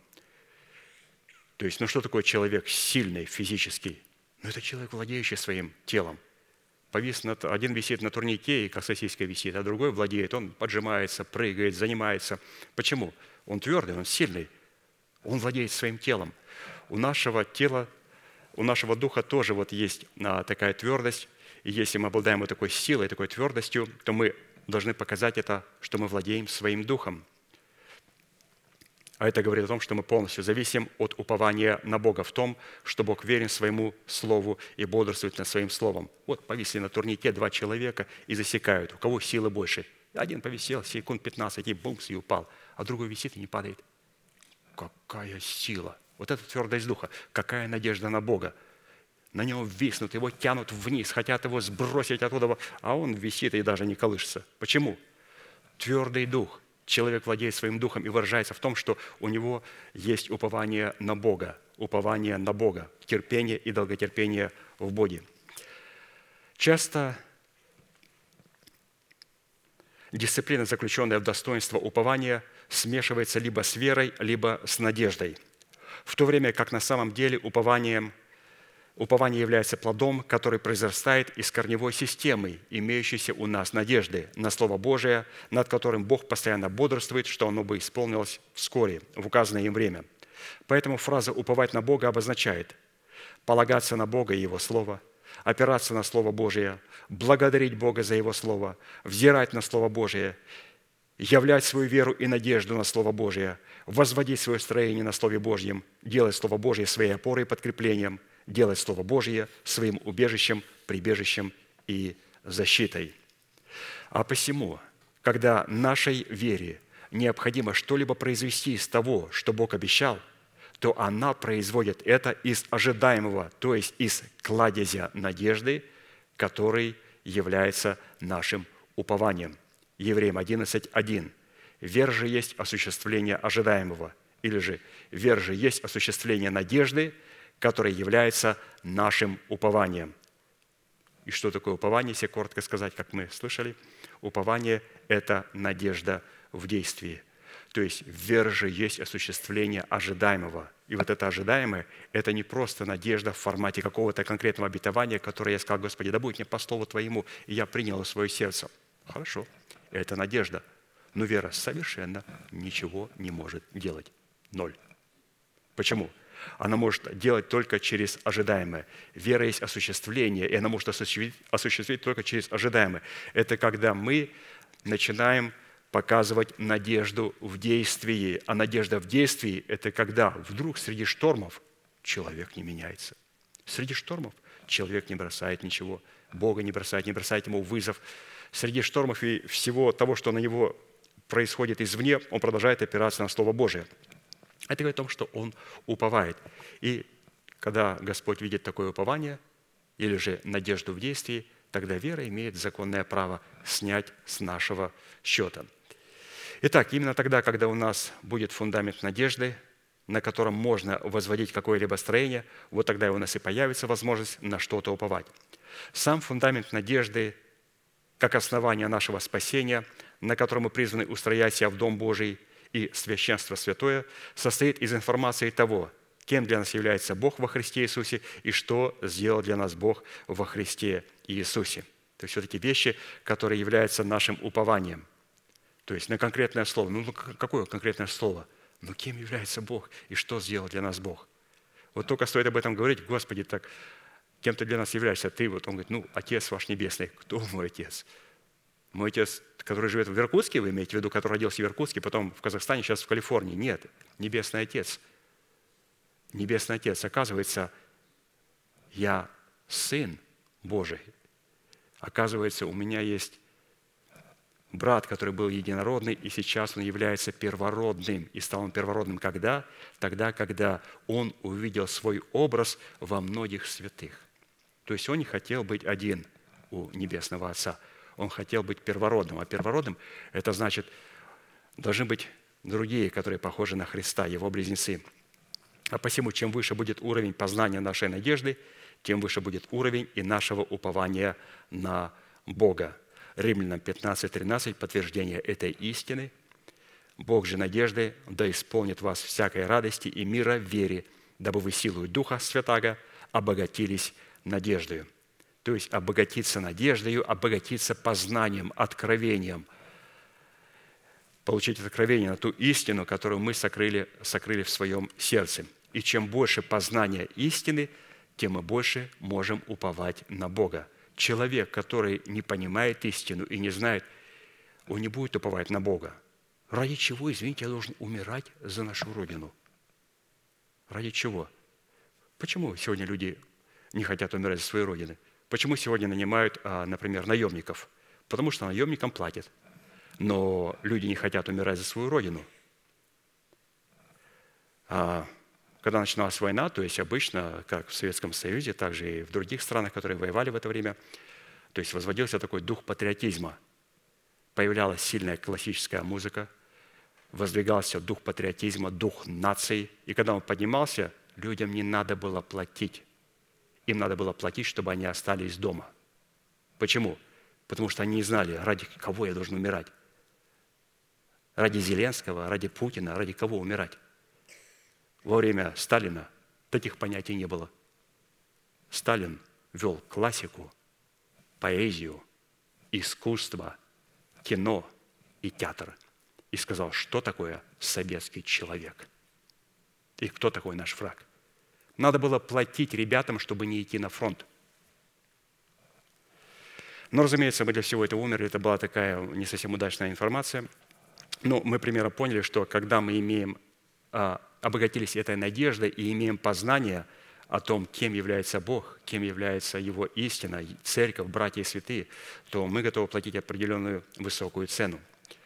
То есть, что такое человек сильный физически? Это человек, владеющий своим телом. Один висит на турнике, и как сосиска висит, а другой владеет, он поджимается, прыгает, занимается. Почему? Он твердый, он сильный. Он владеет своим телом. У нашего тела, у нашего духа тоже есть такая твердость. И если мы обладаем вот такой силой, такой твердостью, то мы должны показать это, что мы владеем своим духом. А это говорит о том, что мы полностью зависим от упования на Бога в том, что Бог верен своему слову и бодрствует над своим словом. Вот повисли на турнике два человека и засекают, у кого силы больше. Один повисел секунд 15 и бумс, и упал, а другой висит и не падает. Какая сила! Вот это твердость духа. Какая надежда на Бога! На него виснут, его тянут вниз, хотят его сбросить оттуда, а он висит и даже не колышется. Почему? Твердый дух. Человек владеет своим духом и выражается в том, что у него есть упование на Бога, терпение и долготерпение в Боге. Часто дисциплина, заключенная в достоинство упования, смешивается либо с верой, либо с надеждой, в то время как на самом деле упование является плодом, который произрастает из корневой системы, имеющейся у нас надежды на Слово Божие, над которым Бог постоянно бодрствует, что оно бы исполнилось вскоре, в указанное им время. Поэтому фраза «уповать на Бога» обозначает полагаться на Бога и Его Слово, опираться на Слово Божие, благодарить Бога за Его Слово, взирать на Слово Божие, являть свою веру и надежду на Слово Божие, возводить свое строение на Слове Божьем, делать Слово Божие своей опорой и подкреплением, делать Слово Божие своим убежищем, прибежищем и защитой. А посему, когда нашей вере необходимо что-либо произвести из того, что Бог обещал, то она производит это из ожидаемого, то есть из кладезя надежды, который является нашим упованием. Евреям 11:1. «Вера же есть осуществление ожидаемого», или же «вера же есть осуществление надежды, которое является нашим упованием». И что такое упование, если коротко сказать, как мы слышали? Упование – это надежда в действии. То есть вера же есть осуществление ожидаемого. И вот это ожидаемое – это не просто надежда в формате какого-то конкретного обетования, которое я сказал: «Господи, да будет мне по слову Твоему, и я принял в свое сердце». Хорошо, это надежда. Но вера совершенно ничего не может делать. Ноль. Почему? Она может делать только через ожидаемое. Вера есть осуществление, и она может осуществить только через ожидаемое. Это когда мы начинаем показывать надежду в действии. А надежда в действии – это когда вдруг среди штормов человек не меняется. Среди штормов человек не бросает ничего, Бога не бросает ему вызов. Среди штормов и всего того, что на него происходит извне, он продолжает опираться на Слово Божие. Это говорит о том, что он уповает. И когда Господь видит такое упование, или же надежду в действии, тогда вера имеет законное право снять с нашего счета. Итак, именно тогда, когда у нас будет фундамент надежды, на котором можно возводить какое-либо строение, вот тогда у нас и появится возможность на что-то уповать. Сам фундамент надежды, как основание нашего спасения, на котором мы призваны устроять себя в Дом Божий и священство святое, состоит из информации того, кем для нас является Бог во Христе Иисусе и что сделал для нас Бог во Христе Иисусе. То есть все-таки вещи, которые являются нашим упованием. То есть на конкретное слово. Ну, какое конкретное слово? Ну, кем является Бог и что сделал для нас Бог? Вот только стоит об этом говорить: Господи, так кем ты для нас являешься? Ты, вот он говорит: Отец ваш Небесный. Кто мой Отец? Мой Отец, который живет в Иркутске, вы имеете в виду, который родился в Иркутске, потом в Казахстане, сейчас в Калифорнии? Нет, Небесный Отец. Небесный Отец. Оказывается, я Сын Божий. Оказывается, у меня есть брат, который был единородный, и сейчас он является первородным. И стал он первородным когда? Тогда, когда он увидел свой образ во многих святых. То есть он не хотел быть один у Небесного Отца. Он хотел быть первородным. А первородным – это значит, должны быть другие, которые похожи на Христа, Его близнецы. А посему, чем выше будет уровень познания нашей надежды, тем выше будет уровень и нашего упования на Бога. Римлянам 15:13 подтверждение этой истины. «Бог же надежды да исполнит вас всякой радости и мира в вере, дабы вы силою Духа Святаго обогатились надеждою». То есть обогатиться надеждою, обогатиться познанием, откровением. Получить откровение на ту истину, которую мы сокрыли в своем сердце. И чем больше познания истины, тем мы больше можем уповать на Бога. Человек, который не понимает истину и не знает, он не будет уповать на Бога. Ради чего, извините, я должен умирать за нашу Родину? Ради чего? Почему сегодня люди не хотят умирать за свои Родины? Почему сегодня нанимают, например, наемников? Потому что наемникам платят. Но люди не хотят умирать за свою Родину. Когда начиналась война, то есть обычно, как в Советском Союзе, так же и в других странах, которые воевали в это время, то есть возводился такой дух патриотизма. Появлялась сильная классическая музыка, воздвигался дух патриотизма, дух нации. И когда он поднимался, людям не надо было платить. Им надо было платить, чтобы они остались дома. Почему? Потому что они не знали, ради кого я должен умирать. Ради Зеленского, ради Путина, ради кого умирать. Во время Сталина таких понятий не было. Сталин вел классику, поэзию, искусство, кино и театр. И сказал, что такое советский человек. И кто такой наш враг. Надо было платить ребятам, чтобы не идти на фронт. Но, разумеется, мы для всего этого умерли. Это была такая не совсем удачная информация. Но мы примерно поняли, что когда мы обогатились этой надеждой и имеем познание о том, кем является Бог, кем является Его истина, церковь, братья и святые, то мы готовы платить определенную высокую цену.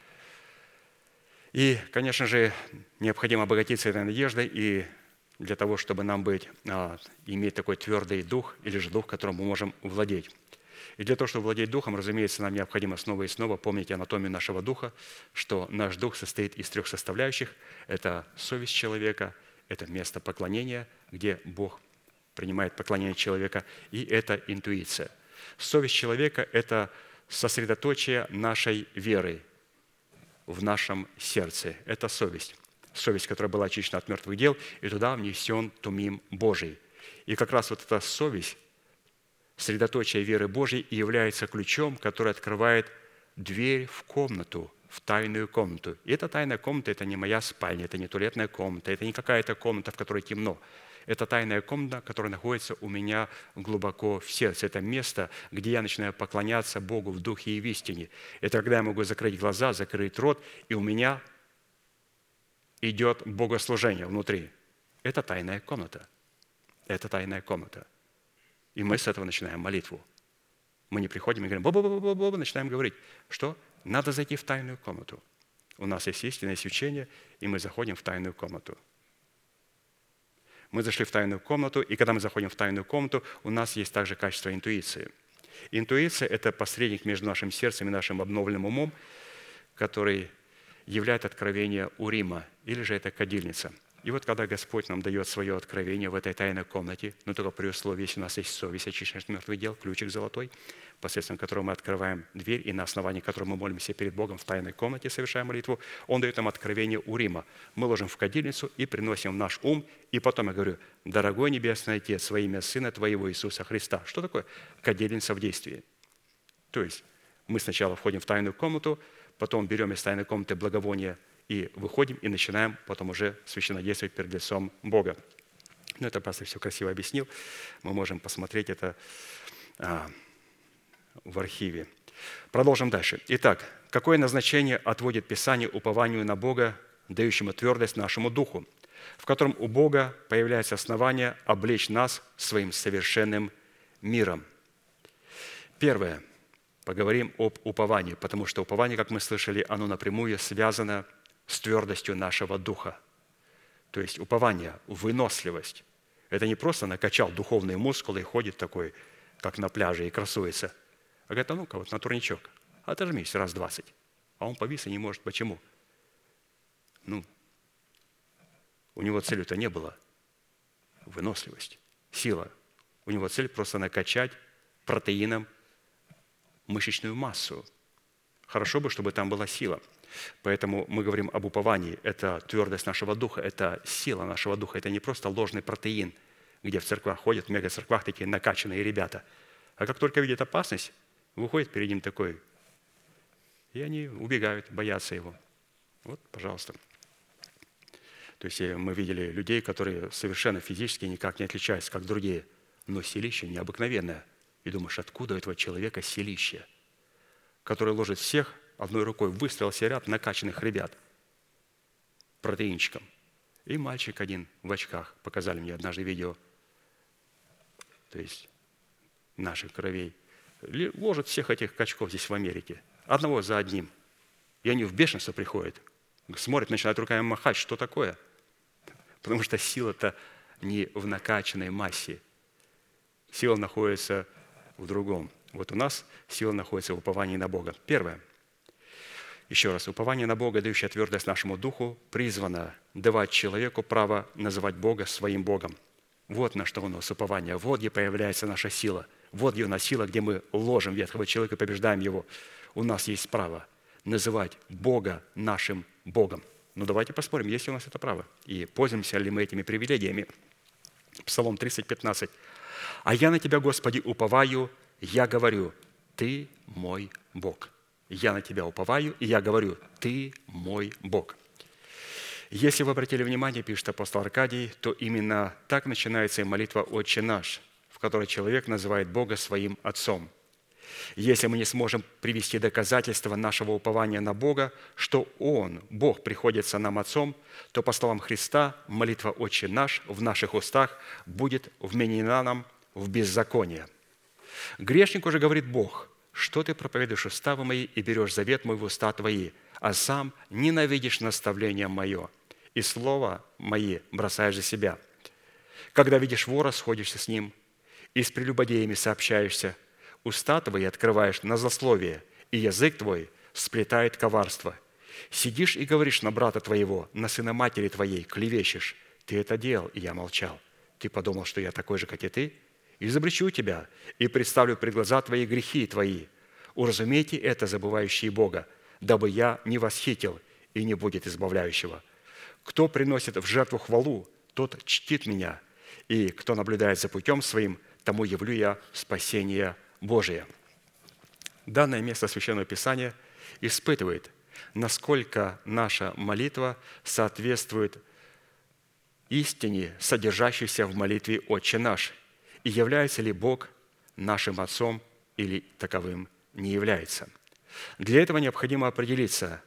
И, конечно же, необходимо обогатиться этой надеждой, и для того, чтобы нам иметь такой твердый дух, или же дух, которым мы можем владеть. И для того, чтобы владеть духом, разумеется, нам необходимо снова и снова помнить анатомию нашего духа, что наш дух состоит из 3 составляющих. Это совесть человека, это место поклонения, где Бог принимает поклонение человека, и это интуиция. Совесть человека – это сосредоточие нашей веры в нашем сердце. Это совесть. Совесть, которая была очищена от мертвых дел, и туда внесен тумим Божий. И как раз вот эта совесть, средоточие веры Божьей, и является ключом, который открывает дверь в комнату, в тайную комнату. И эта тайная комната – это не моя спальня, это не туалетная комната, это не какая-то комната, в которой темно. Это тайная комната, которая находится у меня глубоко в сердце. Это место, где я начинаю поклоняться Богу в духе и в истине. Это когда я могу закрыть глаза, закрыть рот, и у меня идет богослужение внутри. Это тайная комната. Это тайная комната. И мы с этого начинаем молитву. Мы не приходим и говорим, бо-бо-бо-бо-бо, начинаем говорить, что надо зайти в тайную комнату. У нас есть истина, есть учение, и мы заходим в тайную комнату. Мы зашли в тайную комнату, и когда мы заходим в тайную комнату, у нас есть также качество интуиции. Интуиция – это посредник между нашим сердцем и нашим обновленным умом, который являет откровение Урима, или же это кадильница. И вот когда Господь нам дает свое откровение в этой тайной комнате, но только при условии, если у нас есть совесть, очищенная от мертвых дел, ключик золотой, посредством которого мы открываем дверь, и на основании которого мы молимся перед Богом в тайной комнате, совершаем молитву, Он дает нам откровение Урима. Мы ложим в кадильницу и приносим в наш ум, и потом я говорю, дорогой Небесный Отец, во имя Сына Твоего Иисуса Христа. Что такое кадильница в действии? То есть мы сначала входим в тайную комнату, потом берем из тайной комнаты благовоние и выходим, и начинаем потом уже священнодействовать перед лицом Бога. Ну, это просто все красиво объяснил. Мы можем посмотреть это в архиве. Продолжим дальше. Итак, какое назначение отводит Писание упованию на Бога, дающему твердость нашему духу, в котором у Бога появляется основание облечь нас своим совершенным миром? Первое. Поговорим об уповании, потому что упование, как мы слышали, оно напрямую связано с твердостью нашего духа. То есть упование, выносливость. Это не просто накачал духовные мускулы и ходит такой, как на пляже, и красуется. А говорит, ну-ка, вот на турничок, отожмись раз 20. А он повис и не может. Почему? У него целью-то не было выносливость, сила. У него цель просто накачать протеином мышечную массу. Хорошо бы, чтобы там была сила. Поэтому мы говорим об уповании. Это твердость нашего духа, это сила нашего духа. Это не просто ложный протеин, где в церквах ходят, в мега-церквах такие накачанные ребята. А как только видят опасность, выходит перед ним такой, и они убегают, боятся его. Вот, пожалуйста. То есть мы видели людей, которые совершенно физически никак не отличаются, как другие, но силище необыкновенное. И думаешь, откуда у этого человека силище, который ложит всех одной рукой, выстроил себе ряд накачанных ребят протеинчиком. И мальчик один в очках, показали мне однажды видео, то есть наших кровей, ложат всех этих качков здесь в Америке, одного за одним. И они в бешенство приходят, смотрят, начинают руками махать, что такое? Потому что сила-то не в накачанной массе. Сила находится в другом. Вот у нас сила находится в уповании на Бога. Первое. Еще раз, упование на Бога, дающее твердость нашему духу, призвано давать человеку право называть Бога своим Богом. Вот на что у нас упование, вот где появляется наша сила, вот где у нас сила, где мы ложим ветхого человека и побеждаем его. У нас есть право называть Бога нашим Богом. Но давайте посмотрим, есть ли у нас это право, и пользуемся ли мы этими привилегиями. Псалом 30:15. «А я на Тебя, Господи, уповаю, я говорю, Ты мой Бог». Я на Тебя уповаю, и я говорю, Ты мой Бог. Если вы обратили внимание, пишет апостол Аркадий, то именно так начинается и молитва «Отче наш», в которой человек называет Бога своим Отцом. Если мы не сможем привести доказательства нашего упования на Бога, что Он, Бог, приходится нам Отцом, то, по словам Христа, молитва «Отче наш» в наших устах будет вменена нам в беззаконие. Грешник уже говорит Бог: «Что ты проповедуешь уставы мои и берешь завет мой в уста твои, а сам ненавидишь наставление мое, и слова мои бросаешь за себя. Когда видишь вора, сходишься с ним, и с прелюбодеями сообщаешься, уста твои открываешь на злословие, и язык твой сплетает коварство. Сидишь и говоришь на брата твоего, на сына матери твоей, клевещешь. Ты это делал, и я молчал. Ты подумал, что я такой же, как и ты? Изобличу тебя и представлю пред глаза твои грехи твои. Уразумейте это, забывающие Бога, дабы я не восхитил и не будет избавляющего. Кто приносит в жертву хвалу, тот чтит меня, и кто наблюдает за путем своим, тому явлю я спасение Божие». Данное место Священного Писания испытывает, насколько наша молитва соответствует истине, содержащейся в молитве «Отче наш», и является ли Бог нашим Отцом или таковым не является. Для этого необходимо определиться,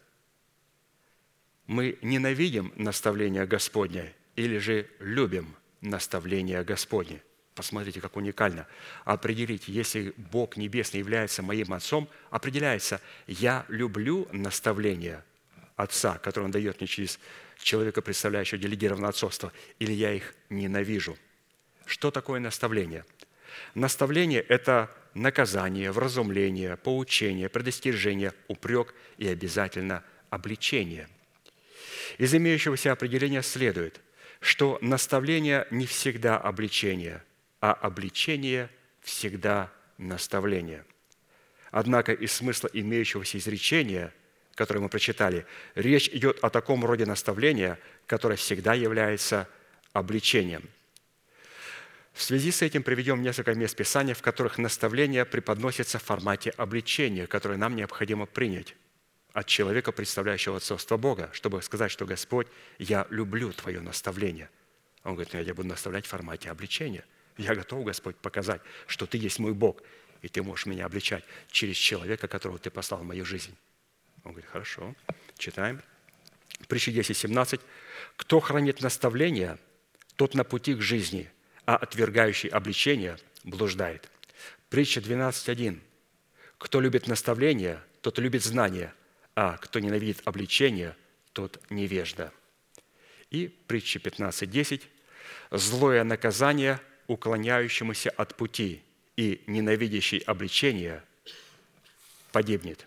мы ненавидим наставление Господне или же любим наставление Господне. Посмотрите, как уникально. Определить, если Бог Небесный является моим Отцом, определяется, я люблю наставления Отца, которые Он дает мне через человека, представляющего делегированное отцовство, или я их ненавижу. Что такое наставление? Наставление – это наказание, вразумление, поучение, предостережение, упрек и обязательно обличение. Из имеющегося определения следует, что наставление не всегда обличение, а обличение всегда наставление. Однако из смысла имеющегося изречения, которое мы прочитали, речь идет о таком роде наставления, которое всегда является обличением. В связи с этим приведем несколько мест Писания, в которых наставление преподносится в формате обличения, которое нам необходимо принять от человека, представляющего отцовство Бога, чтобы сказать, что «Господь, я люблю Твое наставление». Он говорит: я буду наставлять в формате обличения. Я готов, Господь, показать, что Ты есть мой Бог, и Ты можешь меня обличать через человека, которого Ты послал в мою жизнь. Он говорит: хорошо. Читаем. Притча 10:17. «Кто хранит наставление, тот на пути к жизни, а отвергающий обличение блуждает». Притча 12:1. «Кто любит наставление, тот любит знание, а кто ненавидит обличение, тот невежда». И притча 15:10. «Злое наказание уклоняющемуся от пути, и ненавидящий обличение погибнет».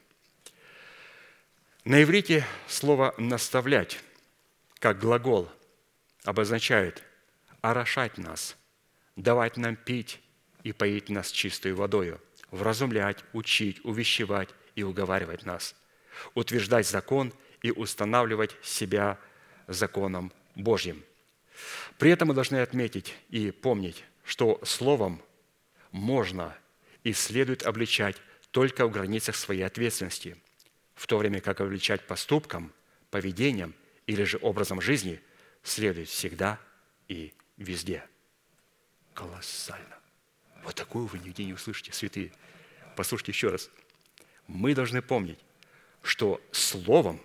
На иврите слово «наставлять» как глагол обозначает орошать нас, давать нам пить и поить нас чистой водою, вразумлять, учить, увещевать и уговаривать нас, утверждать закон и устанавливать себя законом Божьим. При этом мы должны отметить и помнить, что словом можно и следует обличать только в границах своей ответственности, в то время как обличать поступком, поведением или же образом жизни следует всегда и везде. Колоссально. Вот такую вы нигде не услышите, святые. Послушайте еще раз. Мы должны помнить, что словом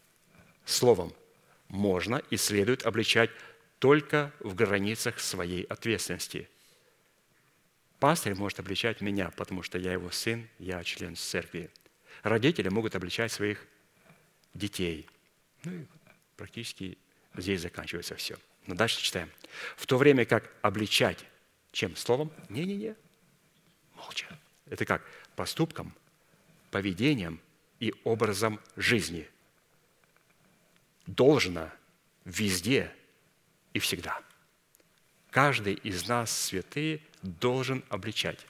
можно и следует обличать только в границах своей ответственности. Пастырь может обличать меня, потому что я его сын, я член церкви. Родители могут обличать своих детей. И практически здесь заканчивается все. Но дальше читаем. В то время как обличать, чем словом? Не-не-не. Молча. Это как? Поступком, поведением и образом жизни. Должно везде и всегда. Каждый из нас, святые, должен обличать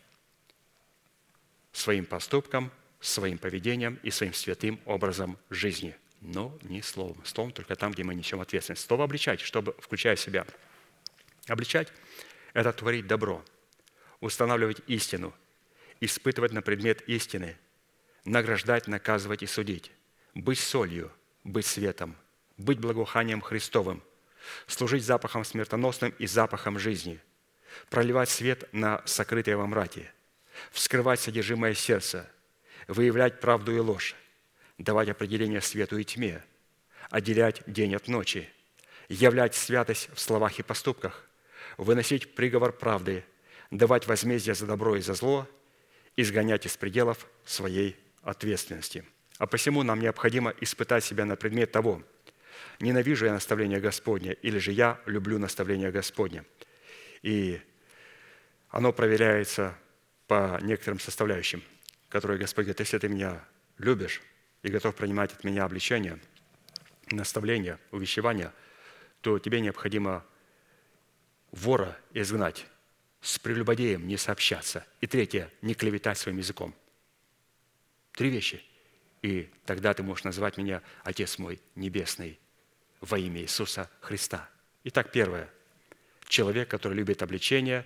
своим поступком, своим поведением и своим святым образом жизни. Но не словом. Словом только там, где мы несем ответственность. Слово обличать, чтобы, включая себя. Обличать – это творить добро, устанавливать истину, испытывать на предмет истины, награждать, наказывать и судить, быть солью, быть светом, быть благоуханием Христовым, служить запахом смертоносным и запахом жизни, проливать свет на сокрытое во мраке, вскрывать содержимое сердца, выявлять правду и ложь, давать определение свету и тьме, отделять день от ночи, являть святость в словах и поступках, выносить приговор правды, давать возмездие за добро и за зло, изгонять из пределов своей ответственности. А посему нам необходимо испытать себя на предмет того, ненавижу я наставление Господне, или же я люблю наставление Господне. И оно проверяется по некоторым составляющим, которые Господь говорит: если ты меня любишь и готов принимать от меня обличение, наставление, увещевание, то тебе необходимо вора изгнать, с прелюбодеем не сообщаться. И третье – не клеветать своим языком. 3 вещи. И тогда ты можешь назвать меня Отец мой Небесный во имя Иисуса Христа. Итак, первое. Человек, который любит обличение,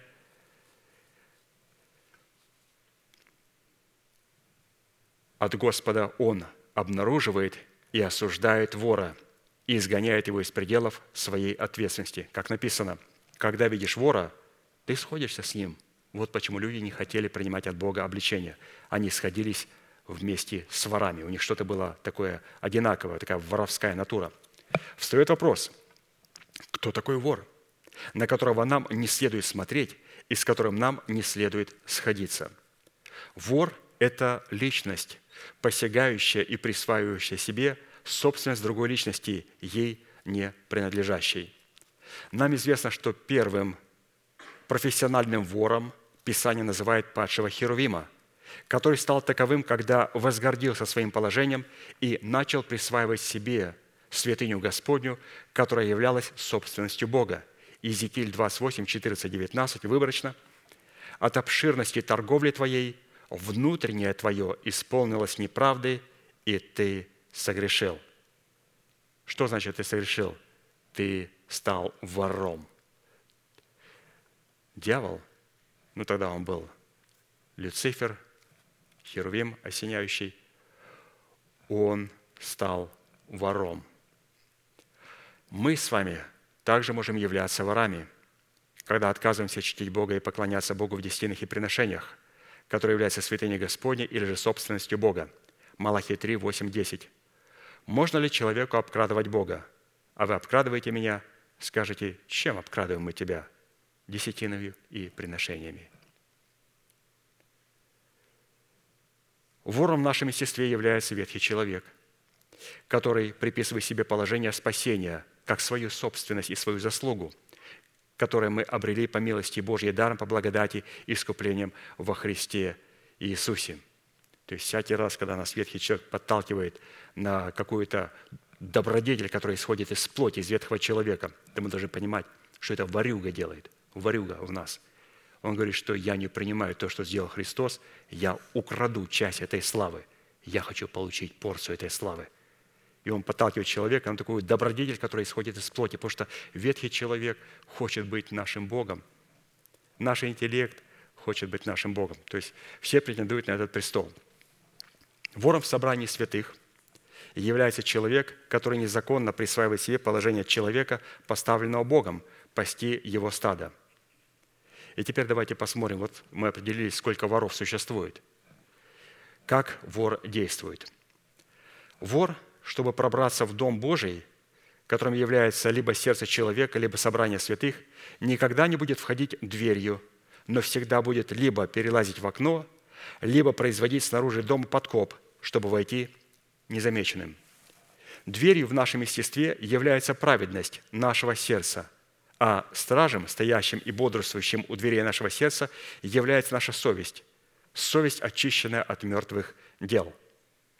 от Господа он обнаруживает и осуждает вора и изгоняет его из пределов своей ответственности. Как написано, когда видишь вора, ты сходишься с ним. Вот почему люди не хотели принимать от Бога обличение. Они сходились вместе с ворами. У них что-то было такое одинаковое, такая воровская натура. Встает вопрос, кто такой вор, на которого нам не следует смотреть и с которым нам не следует сходиться? Вор – это личность, посягающая и присваивающая себе собственность другой личности, ей не принадлежащей. Нам известно, что первым профессиональным вором Писание называет падшего Херувима, который стал таковым, когда возгордился своим положением и начал присваивать себе святыню Господню, которая являлась собственностью Бога. Иезекииль 28, 14, 19 выборочно. «От обширности торговли твоей внутреннее твое исполнилось неправды, и ты согрешил». Что значит «ты согрешил»? Ты стал вором. Дьявол, тогда он был Люцифер, Херувим осеняющий, он стал вором. Мы с вами также можем являться ворами, когда отказываемся чтить Бога и поклоняться Богу в десятинных и приношениях, которые являются святыней Господней или же собственностью Бога. Малахия 3, 8, 10. «Можно ли человеку обкрадывать Бога? А вы обкрадываете меня?» Скажете, чем обкрадываем мы тебя? Десятиною и приношениями. Вором в нашем естестве является ветхий человек, который приписывает себе положение спасения как свою собственность и свою заслугу, которую мы обрели по милости Божьей даром, по благодати и искуплением во Христе Иисусе. То есть всякий раз, когда нас ветхий человек подталкивает на какую-то добродетель, которая исходит из плоти, из ветхого человека, то мы должны понимать, что это ворюга делает, ворюга в нас. Он говорит, что я не принимаю то, что сделал Христос, я украду часть этой славы, я хочу получить порцию этой славы. И он подталкивает человека на такую добродетель, которая исходит из плоти, потому что ветхий человек хочет быть нашим Богом, наш интеллект хочет быть нашим Богом. То есть все претендуют на этот престол. Вором в собрании святых является человек, который незаконно присваивает себе положение человека, поставленного Богом, пасти его стадо. И теперь давайте посмотрим, вот мы определили, сколько воров существует. Как вор действует? Вор, чтобы пробраться в Дом Божий, которым является либо сердце человека, либо собрание святых, никогда не будет входить дверью, но всегда будет либо перелазить в окно, либо производить снаружи дома подкоп, чтобы войти незамеченным. Дверью в нашем естестве является праведность нашего сердца, а стражем, стоящим и бодрствующим у дверей нашего сердца, является наша совесть, совесть, очищенная от мертвых дел.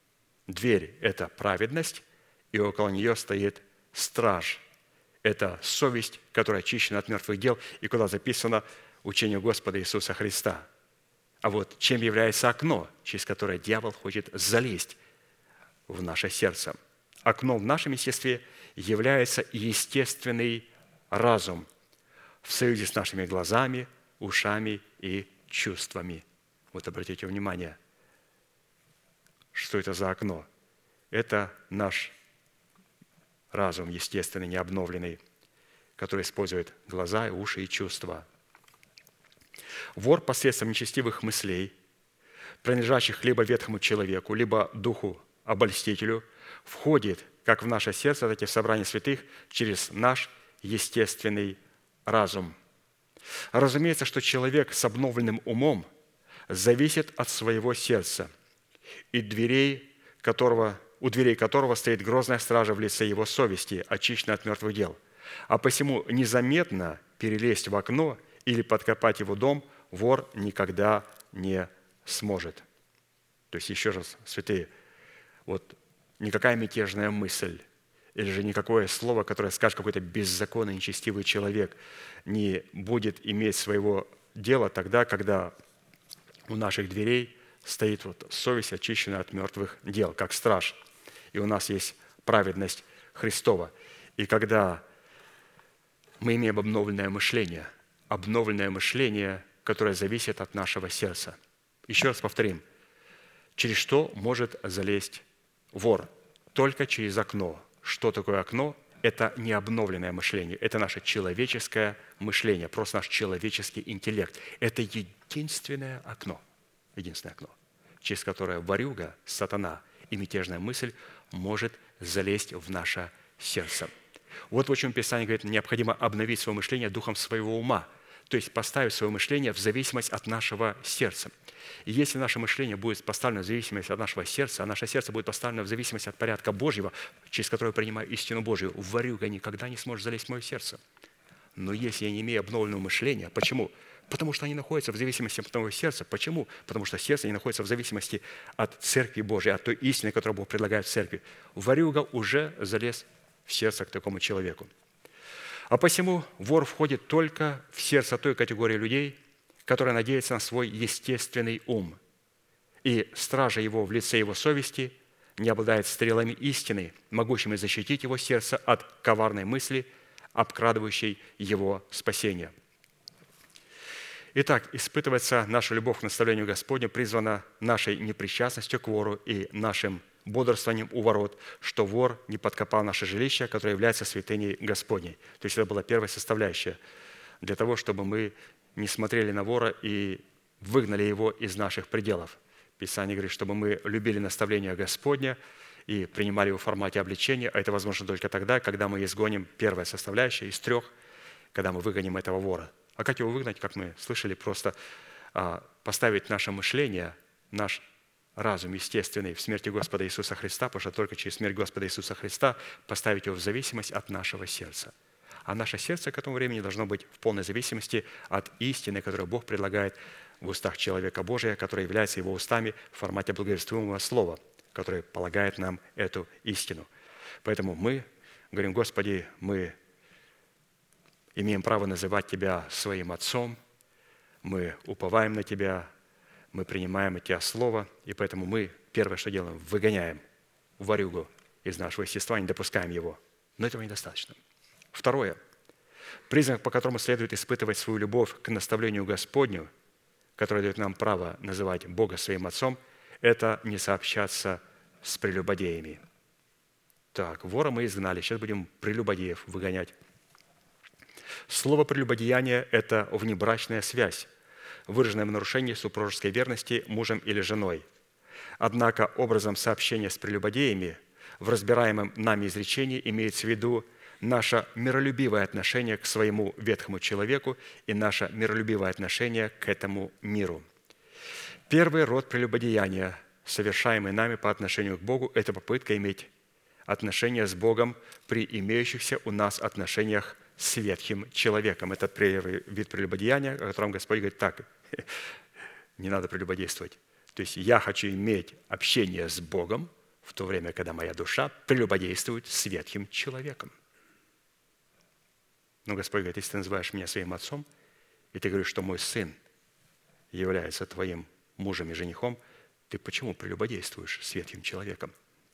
Дверь – это праведность, и около нее стоит страж. Это совесть, которая очищена от мертвых дел, и куда записано учение Господа Иисуса Христа. А вот чем является окно, через которое дьявол хочет залезть в наше сердце? Окном в нашем естестве является естественный разум в союзе с нашими глазами, ушами и чувствами. Вот обратите внимание, что это за окно? Это наш разум естественный, необновленный, который использует глаза, уши и чувства. Вор посредством нечестивых мыслей, принадлежащих либо ветхому человеку, либо духу обольстителю, входит как в наше сердце, так и в собрание святых через наш естественный разум. Разумеется, что человек с обновленным умом зависит от своего сердца, и у дверей которого стоит грозная стража в лице его совести, очищенной от мертвых дел. А посему незаметно перелезть в окно или подкопать его дом вор никогда не сможет. То есть, еще раз, святые, вот никакая мятежная мысль или же никакое слово, которое скажет какой-то беззаконный, нечестивый человек, не будет иметь своего дела тогда, когда у наших дверей стоит вот совесть, очищенная от мертвых дел, как страж. И у нас есть праведность Христова. И когда мы имеем обновленное мышление, которое зависит от нашего сердца. Еще раз повторим. Через что может залезть вор? Только через окно. Что такое окно? Это не обновленное мышление, это наше человеческое мышление, просто наш человеческий интеллект. Это единственное окно, через которое ворюга, сатана и мятежная мысль может залезть в наше сердце. Вот почему Писание говорит, необходимо обновить свое мышление духом своего ума, то есть поставить свое мышление в зависимость от нашего сердца. И если наше мышление будет поставлено в зависимость от нашего сердца, а наше сердце будет поставлено в зависимость от порядка Божьего, через которое я принимаю истину Божью, ворюга никогда не сможет залезть в мое сердце. Но если я не имею обновленного мышления, почему? Потому что они находятся в зависимости от моего сердца. Почему? Потому что сердце не находится в зависимости от Церкви Божьей, от той истины, которую Бог предлагает в Церкви. Ворюга уже залез в сердце к такому человеку. А посему вор входит только в сердце той категории людей, которая надеется на свой естественный ум. И стража его в лице его совести не обладает стрелами истины, могущими защитить его сердце от коварной мысли, обкрадывающей его спасение. Итак, испытывается наша любовь к наставлению Господню призвана нашей непричастностью к вору и нашим бодрствованием у ворот, что вор не подкопал наше жилище, которое является святыней Господней. То есть это была первая составляющая для того, чтобы мы не смотрели на вора и выгнали его из наших пределов. Писание говорит, чтобы мы любили наставление Господня и принимали его в формате обличения, а это возможно только тогда, когда мы изгоним первая составляющая из трех, когда мы выгоним этого вора. А как его выгнать, как мы слышали, просто поставить наше мышление, наш разум естественный в смерти Господа Иисуса Христа, потому что только через смерть Господа Иисуса Христа поставить его в зависимость от нашего сердца. А наше сердце к этому времени должно быть в полной зависимости от истины, которую Бог предлагает в устах человека Божия, которая является его устами в формате благовествуемого слова, которое полагает нам эту истину. Поэтому мы говорим: Господи, мы имеем право называть Тебя своим Отцом, мы уповаем на Тебя, мы принимаем от Тебя Слово, и поэтому мы первое, что делаем, выгоняем ворюгу из нашего естества, не допускаем его. Но этого недостаточно. Второе. Признак, по которому следует испытывать свою любовь к наставлению Господню, которое дает нам право называть Бога своим Отцом, это не сообщаться с прелюбодеями. Так, вора мы изгнали, сейчас будем прелюбодеев выгонять. Слово «прелюбодеяние» – это внебрачная связь, выраженная в нарушении супружеской верности мужем или женой. Однако образом сообщения с прелюбодеями в разбираемом нами изречении имеется в виду наше миролюбивое отношение к своему ветхому человеку и наше миролюбивое отношение к этому миру. Первый род прелюбодеяния, совершаемый нами по отношению к Богу, это попытка иметь отношения с Богом при имеющихся у нас отношениях с ветхим человеком. Это первый вид прелюбодеяния, о котором Господь говорит: так, не надо прелюбодействовать. То есть я хочу иметь общение с Богом в то время, когда моя душа прелюбодействует с ветхим человеком. Но Господь говорит, если ты называешь меня своим отцом, и ты говоришь, что мой сын является твоим мужем и женихом, ты почему прелюбодействуешь с ветхим человеком?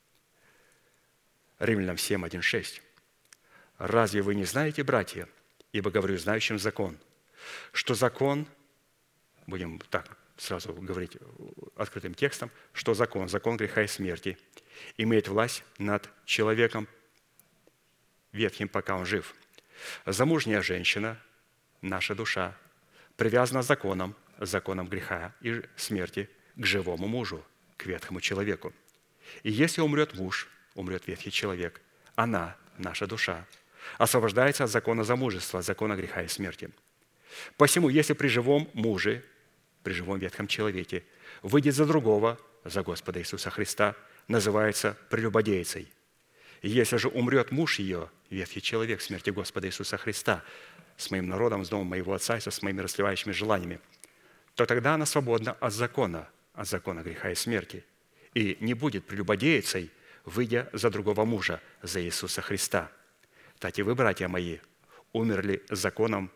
Римлянам 7:1-6. «Разве вы не знаете, братья, ибо говорю знающим закон, что закон, будем так сразу говорить открытым текстом, что закон греха и смерти, имеет власть над человеком ветхим, пока он жив. Замужняя женщина, наша душа, привязана законом греха и смерти к живому мужу, к ветхому человеку. И если умрет муж, умрет ветхий человек, она, наша душа, освобождается от закона замужества, от закона греха и смерти. Посему, если при живом муже, при живом ветхом человеке, выйдет за другого, за Господа Иисуса Христа, называется прелюбодейцей. Если же умрет муж ее, ветхий человек, в смерти Господа Иисуса Христа, с моим народом, с домом моего отца и с моими расливающими желаниями, то тогда она свободна от закона греха и смерти, и не будет прелюбодейцей, выйдя за другого мужа, за Иисуса Христа. Так и вы, братья мои, умерли законом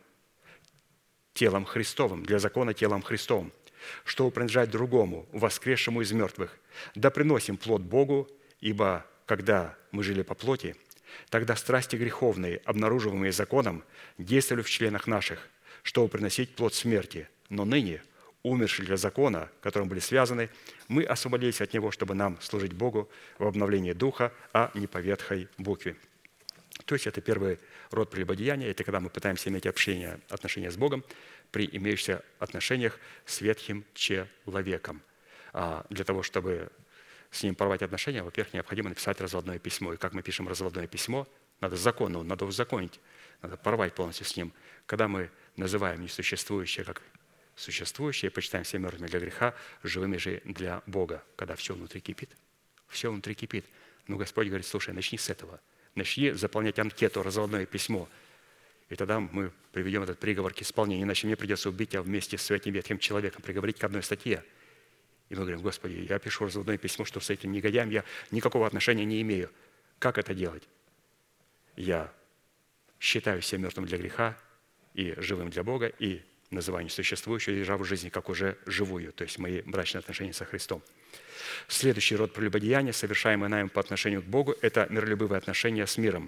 телом Христовым, для закона телом Христовым, чтобы принадлежать другому, воскресшему из мертвых. Да приносим плод Богу, ибо когда мы жили по плоти, тогда страсти греховные, обнаруживаемые законом, действовали в членах наших, чтобы приносить плод смерти. Но ныне, умершие для закона, которым были связаны, мы освободились от него, чтобы нам служить Богу в обновлении духа, а не по ветхой букве». То есть это первый род прелюбодеяния, это когда мы пытаемся иметь отношения с Богом при имеющихся отношениях с ветхим человеком. А для того, чтобы с ним порвать отношения, во-первых, необходимо написать разводное письмо. И как мы пишем разводное письмо, надо закону, надо узаконить, надо порвать полностью с ним. Когда мы называем несуществующее как существующее, почитаем себя мертвыми для греха, живыми же для Бога, когда все внутри кипит. Все внутри кипит. Но Господь говорит, слушай, начни с этого. Начни заполнять анкету, разводное письмо. И тогда мы приведем этот приговор к исполнению, иначе мне придется убить тебя вместе с этим ветхим человеком, приговорить к одной статье. И мы говорим, Господи, я пишу разводное письмо, что с этим негодяем я никакого отношения не имею. Как это делать? Я считаю себя мертвым для греха и живым для Бога, и называю несуществующую державу жизни как уже живую, то есть мои брачные отношения со Христом. Следующий род прелюбодеяния, совершаемый нами по отношению к Богу, это миролюбивые отношения с миром.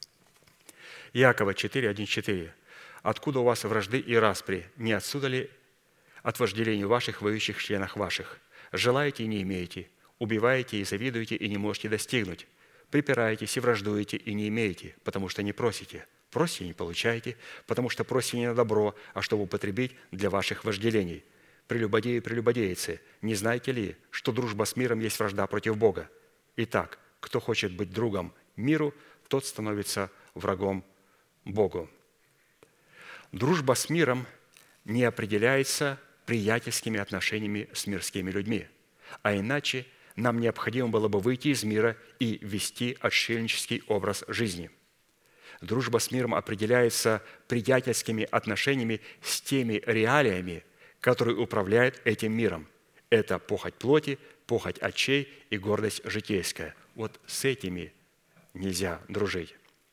Иакова 4:1-4. «Откуда у вас вражды и распри? Не отсюда ли от вожделений ваших, воюющих в членах ваших? Желаете и не имеете, убиваете и завидуете и не можете достигнуть, припираетесь и враждуете и не имеете, потому что не просите. Просите и не получаете, потому что просите не на добро, а чтобы употребить для ваших вожделений. Прелюбодеи и прелюбодейцы, не знаете ли, что дружба с миром есть вражда против Бога? Итак, кто хочет быть другом миру, тот становится врагом Богу». Дружба с миром не определяется приятельскими отношениями с мирскими людьми, а иначе нам необходимо было бы выйти из мира и вести отшельнический образ жизни. Дружба с миром определяется приятельскими отношениями с теми реалиями, которые управляют этим миром. Это похоть плоти, похоть очей и гордость житейская. Вот с этими нельзя дружить.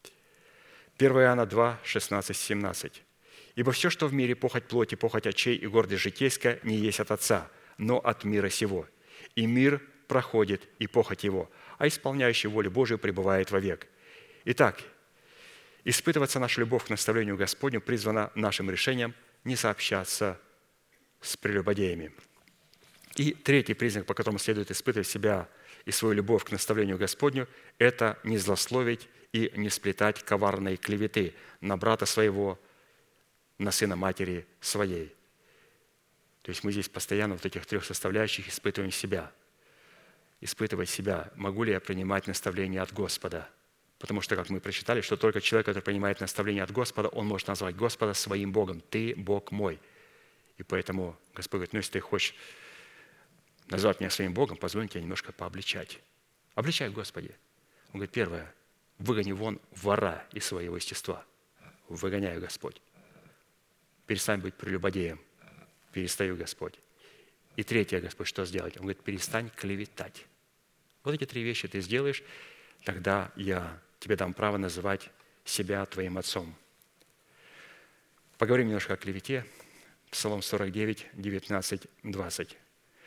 1 Иоанна 2, 16-17. «Ибо все, что в мире, похоть плоти, похоть очей и гордость житейская, не есть от Отца, но от мира сего. И мир проходит, и похоть его, а исполняющий волю Божию пребывает вовек. Итак, испытываться нашу любовь к наставлению Господню призвано нашим решением не сообщаться с прелюбодеями». И третий признак, по которому следует испытывать себя и свою любовь к наставлению Господню, это не злословить и не сплетать коварные клеветы на брата своего, на сына матери своей. То есть мы здесь постоянно в этих трех составляющих испытываем себя. Испытывать себя, могу ли я принимать наставление от Господа. Потому что, как мы прочитали, что только человек, который принимает наставление от Господа, он может назвать Господа своим Богом. «Ты Бог мой». И поэтому Господь говорит, если ты хочешь назвать меня своим Богом, позволь тебя немножко пообличать. Обличай, Господи. Он говорит, первое, выгони вон вора из своего естества. Выгоняю, Господь. Перестань быть прелюбодеем. Перестаю, Господь. И третье, Господь, что сделать? Он говорит, перестань клеветать. Вот эти 3 вещи ты сделаешь, тогда я тебе дам право называть себя твоим отцом. Поговорим немножко о клевете. Псалом 49, 19, 20.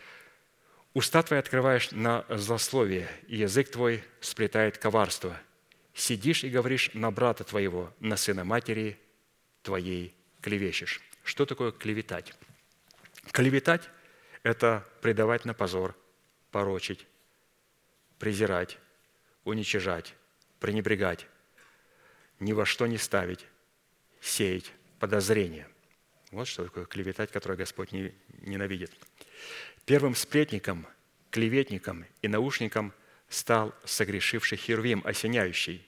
«Уста твои открываешь на злословие, и язык твой сплетает коварство. Сидишь и говоришь на брата твоего, на сына матери твоей клевещешь». Что такое клеветать? Клеветать – это предавать на позор, порочить, презирать, уничижать, пренебрегать, ни во что не ставить, сеять подозрения. Вот что такое клеветать, которое Господь ненавидит. Первым сплетником, клеветником и наушником стал согрешивший Херувим, осеняющий.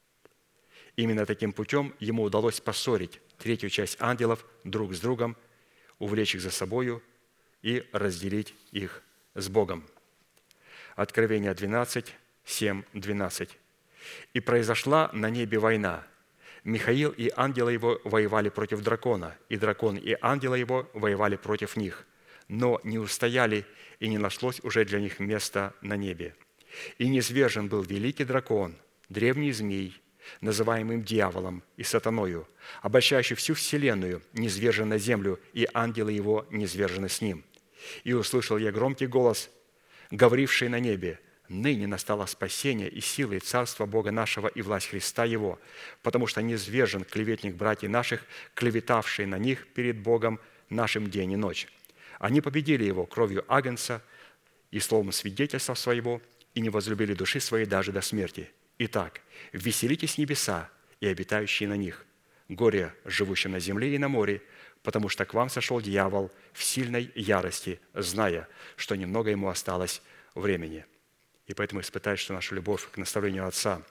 Именно таким путем ему удалось поссорить 3-ю часть ангелов друг с другом, увлечь их за собою и разделить их с Богом. Откровение 12, 7, 12. «И произошла на небе война. Михаил и ангелы его воевали против дракона, и дракон и ангелы его воевали против них, но не устояли, и не нашлось уже для них места на небе. И низвержен был великий дракон, древний змей, называемым дьяволом и сатаною, обольщающий всю вселенную, низвержен на землю, и ангелы его низвержены с ним. И услышал я громкий голос, говоривший на небе: ныне настало спасение и сила и царство Бога нашего и власть Христа Его, потому что низвержен клеветник братьев наших, клеветавший на них перед Богом нашим день и ночь. Они победили его кровью агнца и словом свидетельства своего, и не возлюбили души своей даже до смерти. Итак, веселитесь небеса и обитающие на них, горе живущим на земле и на море, потому что к вам сошел дьявол в сильной ярости, зная, что немного ему осталось времени». И поэтому испытать, что наша любовь к наставлению Отца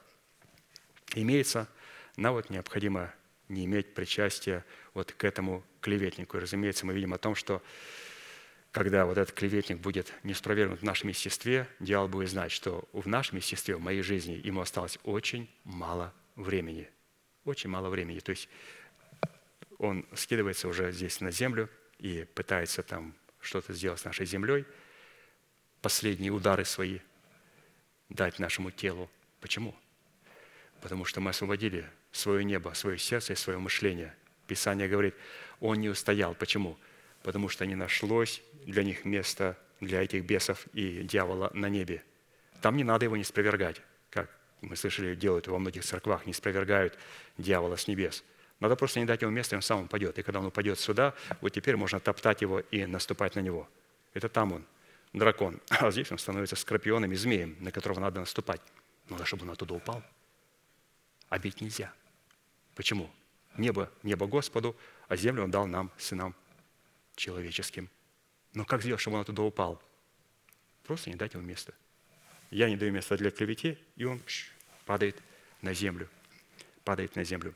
имеется, нам вот необходимо не иметь причастия вот к этому клеветнику. И, разумеется, мы видим о том, что когда вот этот клеветник будет не спровергнут в нашем естестве, дьявол будет знать, что в нашем естестве, в моей жизни, ему осталось очень мало времени. Очень мало времени. То есть он скидывается уже здесь на землю и пытается там что-то сделать с нашей землей, последние удары свои дать нашему телу. Почему? Потому что мы освободили свое небо, свое сердце и свое мышление. Писание говорит, он не устоял. Почему? Потому что не нашлось для них места для этих бесов и дьявола на небе. Там не надо его не спровергать, как мы слышали, делают во многих церквах, не спровергают дьявола с небес. Надо просто не дать ему места, и он сам упадет. И когда он упадет сюда, вот теперь можно топтать его и наступать на него. Это там он, дракон. А здесь он становится скорпионом и змеем, на которого надо наступать. Надо, чтобы он оттуда упал. А бить нельзя. Почему? Небо Господу, а землю он дал нам, сынам человеческим. Но как сделать, чтобы он оттуда упал? Просто не дать ему места. Я не даю места для клевете, и он падает на землю. Падает на землю.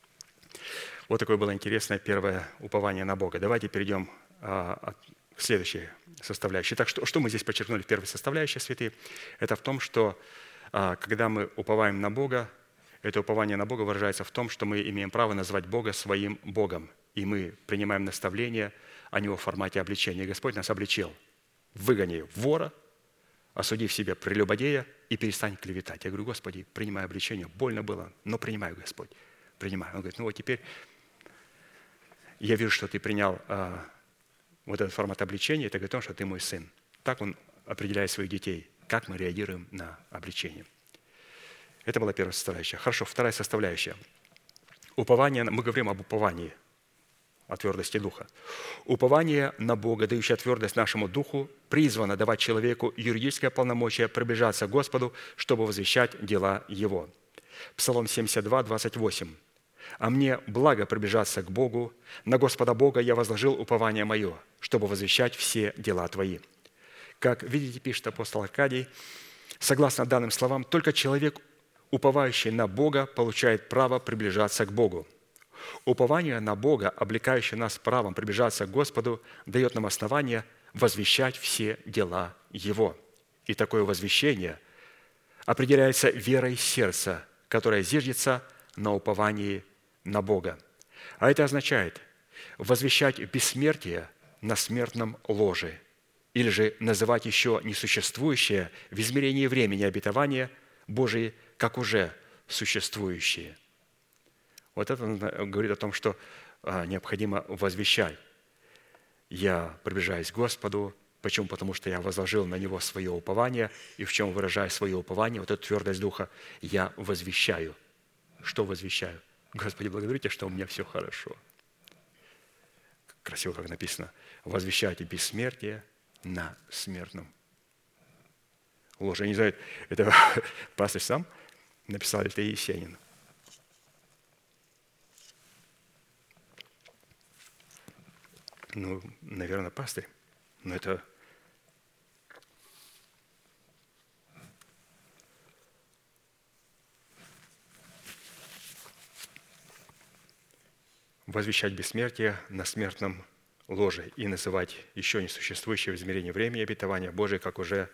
Вот такое было интересное первое упование на Бога. Давайте перейдем к следующей составляющей. Так что мы здесь подчеркнули в первой составляющей, святые? Это в том, что когда мы уповаем на Бога, это упование на Бога выражается в том, что мы имеем право назвать Бога своим Богом. И мы принимаем наставление о Него в формате обличения. Господь нас обличил. Выгони вора, осуди в себе прелюбодея и перестань клеветать. Я говорю, Господи, принимай обличение. Больно было, но принимаю, Господь. Принимаю. Он говорит, ну вот теперь я вижу, что ты принял вот этот формат обличения, это говорит о том, что ты мой сын. Так он определяет своих детей, как мы реагируем на обличение. Это была первая составляющая. Хорошо, вторая составляющая. Упование, мы говорим об уповании, о твердости духа. Упование на Бога, дающее твердость нашему духу, призвано давать человеку юридическое полномочие приближаться к Господу, чтобы возвещать дела Его. Псалом 72, 28. «А мне благо приближаться к Богу, на Господа Бога я возложил упование мое, чтобы возвещать все дела Твои». Как видите, пишет апостол Аркадий, согласно данным словам, только человек, уповающий на Бога, получает право приближаться к Богу. Упование на Бога, облекающее нас правом приближаться к Господу, дает нам основание возвещать все дела Его. И такое возвещение определяется верой сердца, которая зиждется на уповании на Бога. А это означает возвещать бессмертие на смертном ложе или же называть еще несуществующее в измерении времени обетования Божии, как уже существующие. Вот это говорит о том, что необходимо возвещать. Я приближаюсь к Господу. Почему? Потому что я возложил на Него свое упование, и в чем выражаю свое упование, вот эту твердость духа, я возвещаю. Что возвещаю? Господи, благодарю Тебя, что у меня все хорошо. Красиво, как написано. Возвещайте бессмертие на смертном ложе. Я не знаю, это пастырь сам написал, или это Есенин. Ну, наверное, пастырь. Но это возвещать бессмертие на смертном ложе и называть еще несуществующее в измерении времени обетования Божие, как уже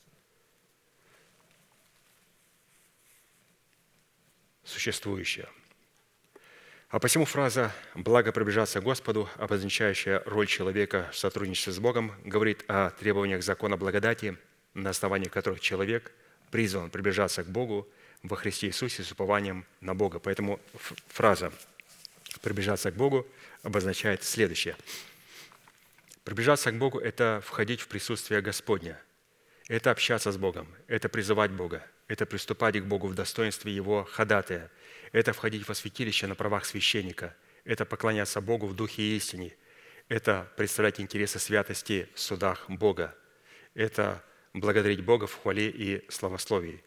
существующее. А посему фраза «благо приближаться к Господу», обозначающая роль человека в сотрудничестве с Богом, говорит о требованиях закона благодати, на основании которых человек призван приближаться к Богу во Христе Иисусе с упованием на Бога. Поэтому фраза «приближаться к Богу» обозначает следующее. Приближаться к Богу – это входить в присутствие Господня, это общаться с Богом, это призывать Бога, это приступать к Богу в достоинстве Его ходатая, это входить во святилище на правах священника, это поклоняться Богу в духе и истине, это представлять интересы святости в судах Бога, это благодарить Бога в хвале и славословии,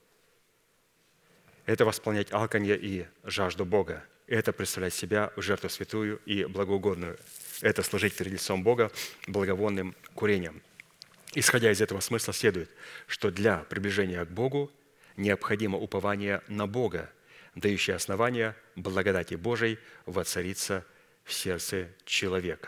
это восполнять алканье и жажду Бога, это представлять себя в жертву святую и благоугодную, это служить перед лицом Бога благовонным курением. Исходя из этого смысла следует, что для приближения к Богу необходимо упование на Бога, дающее основание благодати Божией воцариться в сердце человека.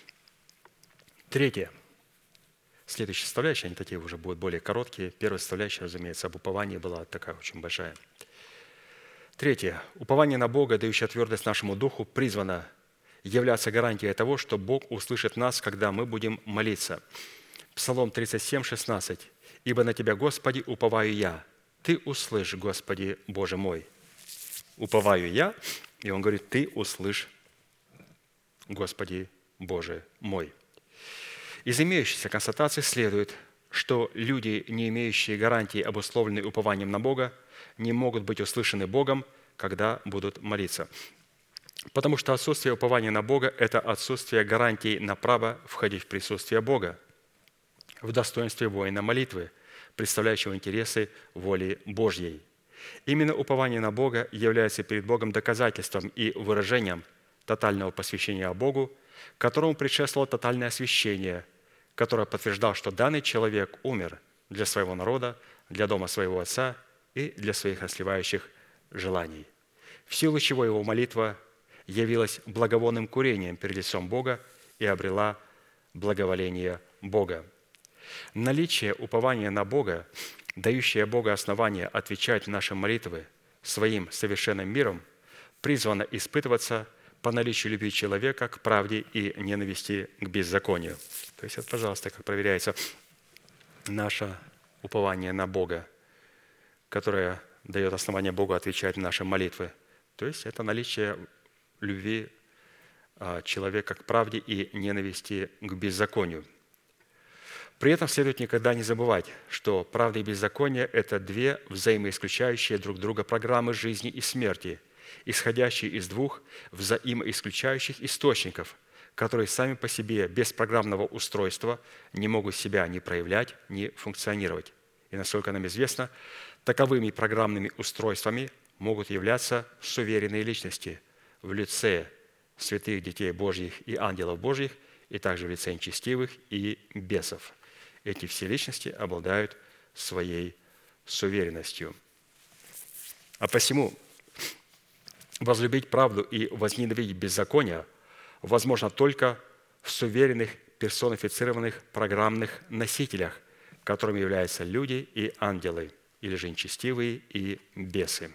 Третье. Следующая составляющая, они такие уже будут более короткие. Первая составляющая, разумеется, об уповании была такая очень большая. Третье. Упование на Бога, дающее твердость нашему духу, призвано являться гарантией того, что Бог услышит нас, когда мы будем молиться. Псалом 37, 16. «Ибо на Тебя, Господи, уповаю я. Ты услышь, Господи, Боже мой». Уповаю я, и он говорит, Ты услышь, Господи, Боже мой. Из имеющейся констатации следует, что люди, не имеющие гарантии, обусловленной упованием на Бога, не могут быть услышаны Богом, когда будут молиться. Потому что отсутствие упования на Бога – это отсутствие гарантий на право входить в присутствие Бога, в достоинстве воина молитвы, представляющего интересы воли Божьей. Именно упование на Бога является перед Богом доказательством и выражением тотального посвящения Богу, которому предшествовало тотальное освящение, которое подтверждало, что данный человек умер для своего народа, для дома своего отца и для своих расливающих желаний, в силу чего его молитва явилась благовонным курением перед лицом Бога и обрела благоволение Бога. Наличие упования на Бога, дающее Богу основание отвечать на наши молитвы своим совершенным миром, призвано испытываться по наличию любви человека к правде и ненависти к беззаконию. То есть, вот, пожалуйста, как проверяется наше упование на Бога, которое дает основание Богу отвечать на наши молитвы. То есть, это наличие любви человека к правде и ненависти к беззаконию. При этом следует никогда не забывать, что правда и беззаконие – это две взаимоисключающие друг друга программы жизни и смерти, исходящие из двух взаимоисключающих источников, которые сами по себе без программного устройства не могут себя ни проявлять, ни функционировать. И, насколько нам известно, таковыми программными устройствами могут являться суверенные личности в лице святых детей Божьих и ангелов Божьих, и также в лице нечестивых и бесов. Эти все личности обладают своей суверенностью. А посему возлюбить правду и возненавидеть беззаконие возможно только в суверенных, персонифицированных программных носителях, которыми являются люди и ангелы, или же нечестивые и бесы.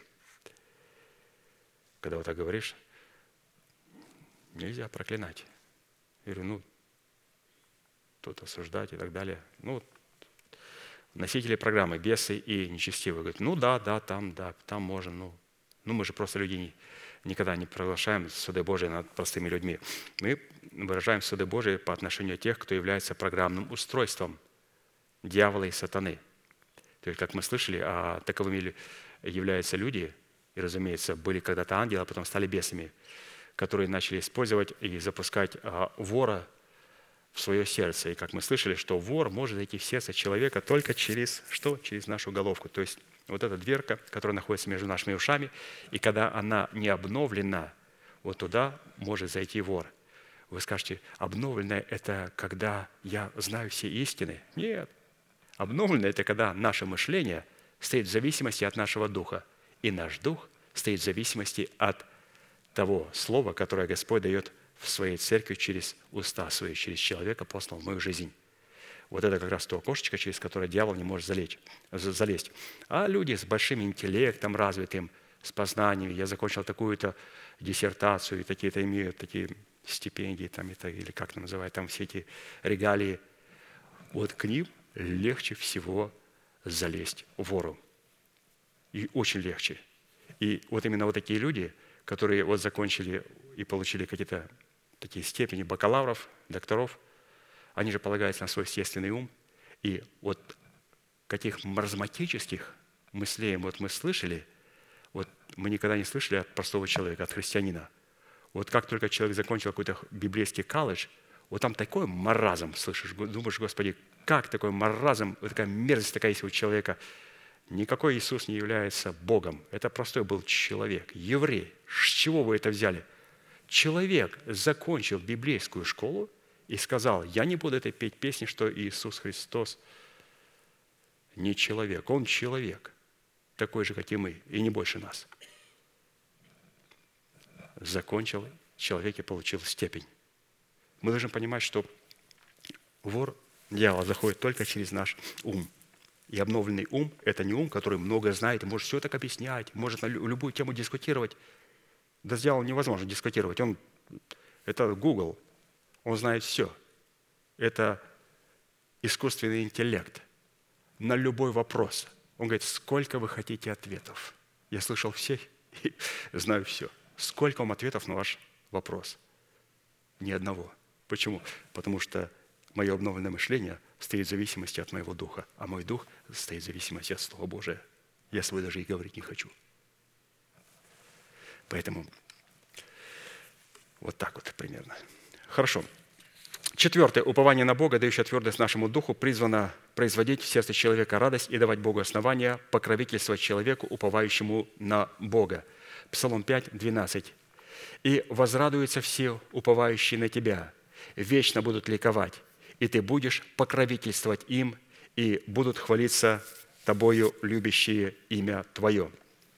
Когда вот так говоришь, нельзя проклинать. Я говорю, тут осуждать и так далее. Ну, носители программы, бесы и нечестивые говорят, ну да, там можно, ну мы же просто людей никогда не проглашаем суды Божии над простыми людьми. Мы выражаем суды Божии по отношению тех, кто является программным устройством дьявола и сатаны. То есть, как мы слышали, таковыми являются люди, и, разумеется, были когда-то ангелы, а потом стали бесами, которые начали использовать и запускать вора в свое сердце. И как мы слышали, что вор может зайти в сердце человека только через что? Через нашу головку. То есть вот эта дверка, которая находится между нашими ушами, и когда она не обновлена, вот туда может зайти вор. Вы скажете, обновленное – это когда я знаю все истины? Нет. Обновленное – это когда наше мышление стоит в зависимости от нашего духа, и наш дух стоит в зависимости от того слова, которое Господь дает в своей церкви через уста свои, через человека, посланного в мою жизнь. Вот это как раз то окошечко, через которое дьявол не может залезть. А люди с большим интеллектом развитым, с познанием, я закончил такую-то диссертацию, и такие-то имеют такие стипендии, там, или как там называют, там все эти регалии. Вот к ним легче всего залезть вору. И очень легче. И вот именно вот такие люди, которые вот закончили и получили какие-то такие степени бакалавров, докторов, они же полагаются на свой естественный ум. И вот каких маразматических мыслей вот мы слышали, вот мы никогда не слышали от простого человека, от христианина. Вот как только человек закончил какой-то библейский колледж, вот там такой маразм слышишь, думаешь, Господи, как такой маразм, вот такая мерзость такая есть у человека. Никакой Иисус не является Богом. Это простой был человек, еврей. С чего вы это взяли? Человек закончил библейскую школу и сказал, я не буду это петь песни, что Иисус Христос не человек. Он человек, такой же, как и мы, и не больше нас. Закончил человек и получил степень. Мы должны понимать, что вор, дьявол, заходит только через наш ум. И обновленный ум – это не ум, который много знает, может все так объяснять, может на любую тему дискутировать. Да с дьяволом невозможно дискутировать. Это Google, он знает все. Это искусственный интеллект. На любой вопрос. Он говорит, сколько вы хотите ответов? Я слышал все и знаю все. Сколько вам ответов на ваш вопрос? Ни одного. Почему? Потому что мое обновленное мышление стоит в зависимости от моего духа, а мой дух стоит в зависимости от Слова Божия. Я с вами даже и говорить не хочу. Поэтому вот так вот примерно. Хорошо. Четвертое. Упование на Бога, дающее твердость нашему духу, призвано производить в сердце человека радость и давать Богу основания, покровительствовать человеку, уповающему на Бога. Псалом 5, 12. «И возрадуются все, уповающие на Тебя, вечно будут ликовать, и Ты будешь покровительствовать им, и будут хвалиться Тобою любящие имя Твое».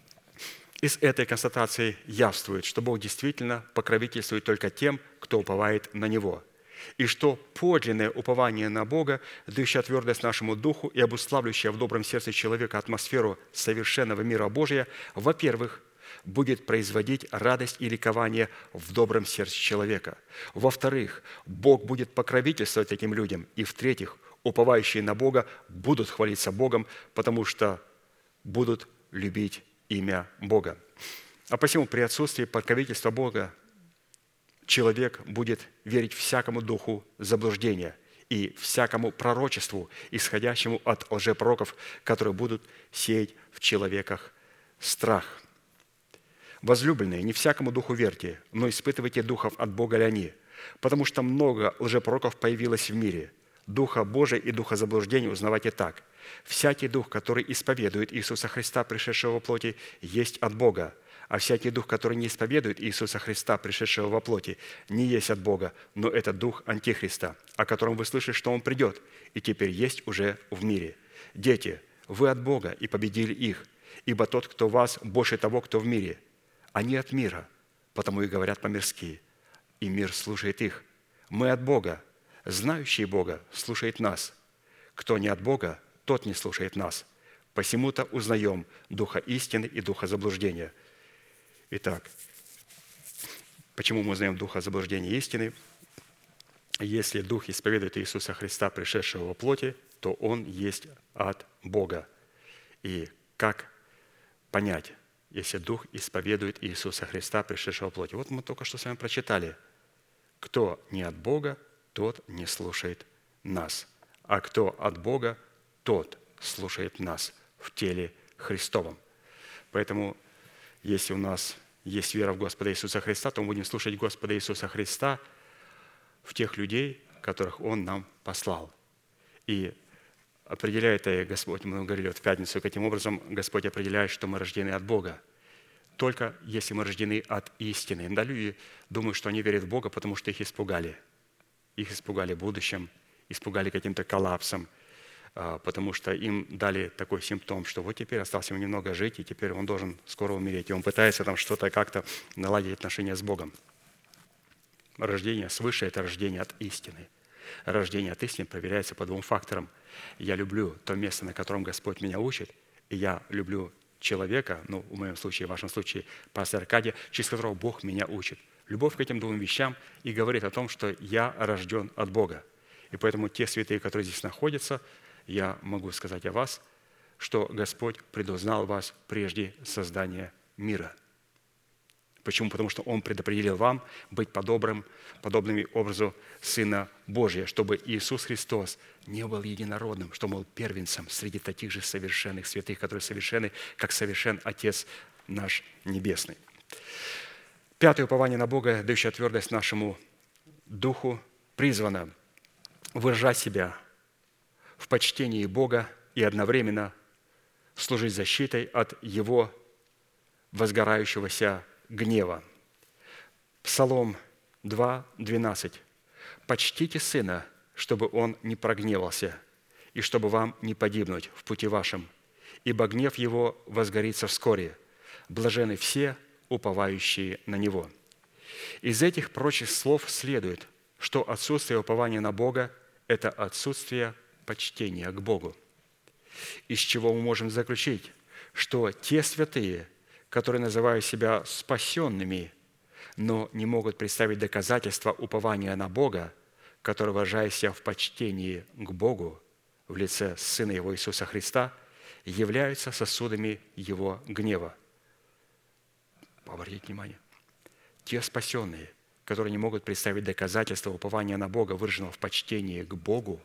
Из этой констатации явствует, что Бог действительно покровительствует только тем, кто уповает на Него, и что подлинное упование на Бога, дающее твердость нашему духу и обуславливающее в добром сердце человека атмосферу совершенного мира Божия, во-первых, будет производить радость и ликование в добром сердце человека. Во-вторых, Бог будет покровительствовать таким людям. И в-третьих, уповающие на Бога будут хвалиться Богом, потому что будут любить имя Бога. А посему при отсутствии покровительства Бога человек будет верить всякому духу заблуждения и всякому пророчеству, исходящему от лжепророков, которые будут сеять в человеках страх. Возлюбленные, не всякому духу верьте, но испытывайте духов, от Бога ли они, потому что много лжепророков появилось в мире. Духа Божия и духа заблуждения узнавайте так. Всякий дух, который исповедует Иисуса Христа, пришедшего во плоти, есть от Бога, а всякий дух, который не исповедует Иисуса Христа, пришедшего во плоти, не есть от Бога, но это дух Антихриста, о котором вы слышали, что он придет, и теперь есть уже в мире. Дети, вы от Бога и победили их, ибо тот, кто в вас, больше того, кто в мире. Они от мира, потому и говорят по-мирски, и мир слушает их. Мы от Бога, знающий Бога слушает нас. Кто не от Бога, тот не слушает нас. Посему-то узнаем духа истины и духа заблуждения». Итак, почему мы узнаем духа заблуждения и истины? Если Дух исповедует Иисуса Христа, пришедшего во плоти, то Он есть от Бога. И как понять, если Дух исповедует Иисуса Христа, пришедшего во плоти? Вот мы только что с вами прочитали. Кто не от Бога, тот не слушает нас. А кто от Бога, тот слушает нас в теле Христовом. Поэтому, если у нас есть вера в Господа Иисуса Христа, то мы будем слушать Господа Иисуса Христа в тех людей, которых Он нам послал. И определяет Господь, мы говорили в пятницу, каким образом Господь определяет, что мы рождены от Бога. Только если мы рождены от истины. Иногда люди думают, что они верят в Бога, потому что их испугали. Их испугали будущим, испугали каким-то коллапсом, потому что им дали такой симптом, что вот теперь осталось ему немного жить, и теперь он должен скоро умереть. И он пытается там что-то как-то наладить отношения с Богом. Рождение свыше – это рождение от истины. Рождение от истины проверяется по двум факторам. Я люблю то место, на котором Господь меня учит, и я люблю человека, ну, в моем случае, в вашем случае, пастор Аркадий, через которого Бог меня учит. Любовь к этим двум вещам и говорит о том, что я рожден от Бога. И поэтому те святые, которые здесь находятся, я могу сказать о вас, что Господь предузнал вас прежде создания мира. Почему? Потому что Он предопределил вам быть подобными образу Сына Божия, чтобы Иисус Христос не был единородным, что был первенцем среди таких же совершенных святых, которые совершенны, как совершен Отец наш Небесный. Пятое упование на Бога, дающее твердость нашему духу, призвано выражать себя в почтении Бога и одновременно служить защитой от Его возгорающегося гнева. Псалом 2:12. «Почтите Сына, чтобы Он не прогневался, и чтобы вам не погибнуть в пути вашем, ибо гнев Его возгорится вскоре. Блаженны все, уповающие на Него». Из этих прочих слов следует, что отсутствие упования на Бога – это отсутствие почтения к Богу. Из чего мы можем заключить, что те святые, которые называют себя спасенными, но не могут представить доказательства упования на Бога, который, выражая себя в почтении к Богу в лице Сына Его Иисуса Христа, являются сосудами Его гнева. Обратите внимание. Те спасенные, которые не могут представить доказательства упования на Бога, выраженного в почтении к Богу,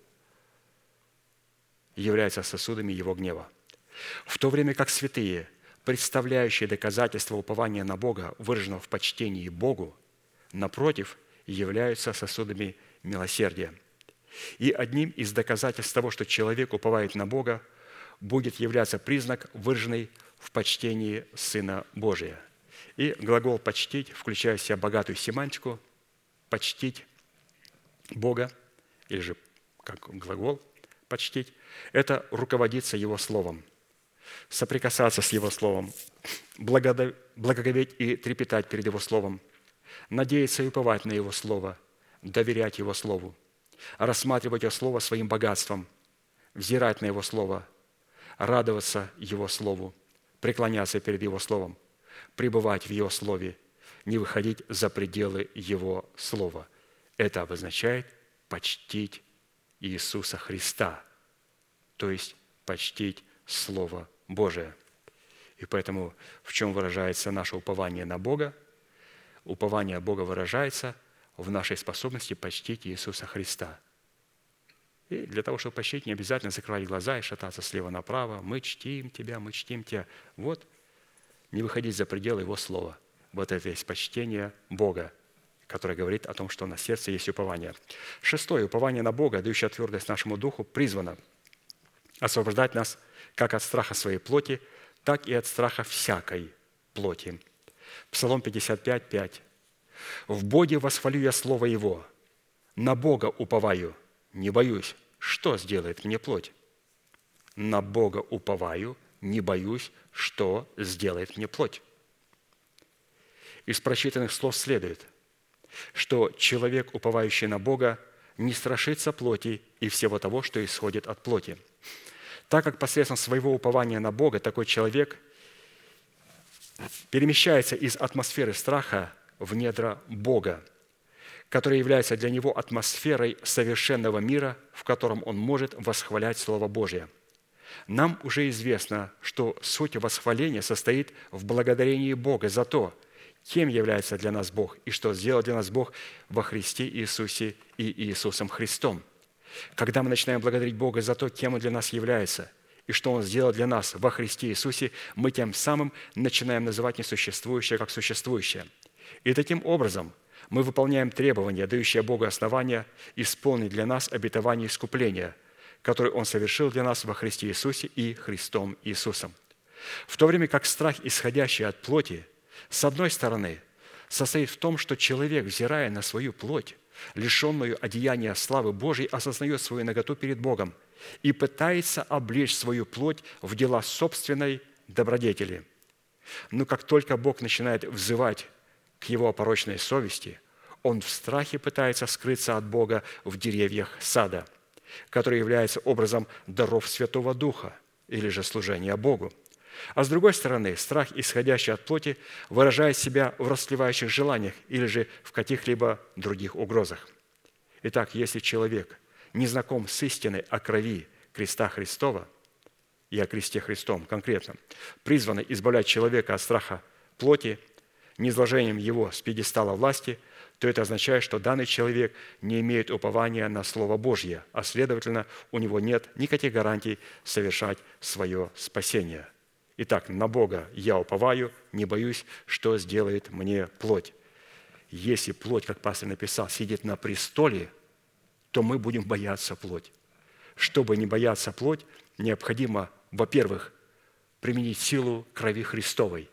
являются сосудами Его гнева. В то время как святые, представляющие доказательства упования на Бога, выраженного в почтении Богу, напротив, являются сосудами милосердия. И одним из доказательств того, что человек уповает на Бога, будет являться признак, выраженный в почтении Сына Божия. И глагол «почтить», включая в себя богатую семантику, почтить Бога, или же как глагол «почтить», это руководиться Его Словом, соприкасаться с Его Словом, благоговеть и трепетать перед Его Словом, надеяться и уповать на Его Слово, доверять Его Слову, рассматривать Его Слово своим богатством, взирать на Его Слово, радоваться Его Слову, преклоняться перед Его Словом, пребывать в Его Слове, не выходить за пределы Его Слова. Это обозначает почтить Иисуса Христа, то есть почтить Слово Божие. И поэтому в чем выражается наше упование на Бога? Упование Бога выражается в нашей способности почтить Иисуса Христа. И для того, чтобы почтить, не обязательно закрывать глаза и шататься слева направо. Мы чтим Тебя, мы чтим Тебя. Вот, не выходить за пределы Его Слова. Вот это есть почтение Бога, которое говорит о том, что на сердце есть упование. Шестое. Упование на Бога, дающее твердость нашему духу, призвано освобождать нас как от страха своей плоти, так и от страха всякой плоти. Псалом 55:5. «В Боге восхвалю я слово Его, на Бога уповаю, не боюсь, что сделает мне плоть. На Бога уповаю, не боюсь, что сделает мне плоть». Из прочитанных слов следует, что человек, уповающий на Бога, не страшится плоти и всего того, что исходит от плоти. Так как посредством своего упования на Бога такой человек перемещается из атмосферы страха в недра Бога, которая является для него атмосферой совершенного мира, в котором он может восхвалять Слово Божье. Нам уже известно, что суть восхваления состоит в благодарении Бога за то, кем является для нас Бог и что сделал для нас Бог во Христе Иисусе и Иисусом Христом. Когда мы начинаем благодарить Бога за то, кем Он для нас является, и что Он сделал для нас во Христе Иисусе, мы тем самым начинаем называть несуществующее как существующее. И таким образом мы выполняем требования, дающие Богу основания исполнить для нас обетование искупления, которое Он совершил для нас во Христе Иисусе и Христом Иисусом. В то время как страх, исходящий от плоти, с одной стороны, состоит в том, что человек, взирая на свою плоть, лишенную одеяния славы Божьей, осознает свою наготу перед Богом и пытается облечь свою плоть в дела собственной добродетели. Но как только Бог начинает взывать к его опорочной совести, он в страхе пытается скрыться от Бога в деревьях сада, который является образом даров Святого Духа или же служения Богу. А с другой стороны, страх, исходящий от плоти, выражает себя в растлевающих желаниях или же в каких-либо других угрозах. Итак, если человек не знаком с истиной о крови креста Христова и о кресте Христом конкретно, призванный избавлять человека от страха плоти, низложением его с пьедестала власти, то это означает, что данный человек не имеет упования на Слово Божье, а следовательно, у него нет никаких гарантий совершать свое спасение. Итак, на Бога я уповаю, не боюсь, что сделает мне плоть. Если плоть, как пастор написал, сидит на престоле, то мы будем бояться плоть. Чтобы не бояться плоть, необходимо, во-первых, применить силу крови Христовой.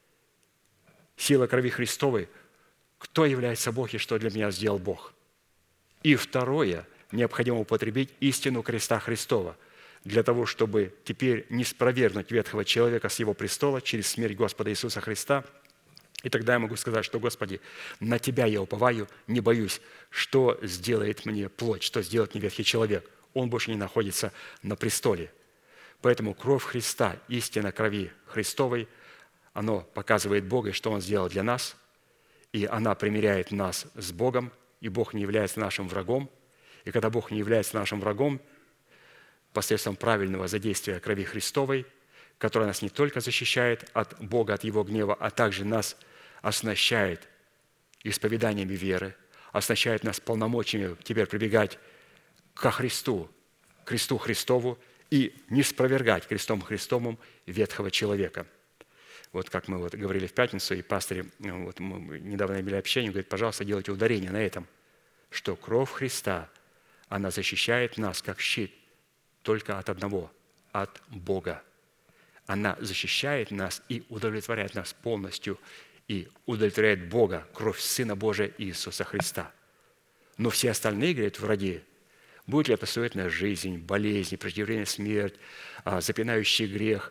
Сила крови Христовой – кто является Бог и что для меня сделал Бог. И второе, необходимо употребить истину креста Христова для того, чтобы теперь не спровергнуть ветхого человека с его престола через смерть Господа Иисуса Христа. И тогда я могу сказать, что, Господи, на Тебя я уповаю, не боюсь, что сделает мне плоть, что сделает мне ветхий человек. Он больше не находится на престоле. Поэтому кровь Христа, истина крови Христовой, она показывает Бога, и что Он сделал для нас, и она примиряет нас с Богом, и Бог не является нашим врагом. И когда Бог не является нашим врагом, посредством правильного задействия крови Христовой, которая нас не только защищает от Бога, от Его гнева, а также нас оснащает исповеданиями веры, оснащает нас полномочиями теперь прибегать ко Христу, к кресту Христову и не спровергать крестом Христовым ветхого человека. Вот как мы говорили в пятницу, и пастырь, мы недавно имели общение, говорит, пожалуйста, делайте ударение на этом, что кровь Христа, она защищает нас как щит только от одного, от Бога. Она защищает нас и удовлетворяет нас полностью, и удовлетворяет Бога, кровь Сына Божия Иисуса Христа. Но все остальные, говорят, враги, будет ли это суетная жизнь, болезни, преждевременная смерть, запинающий грех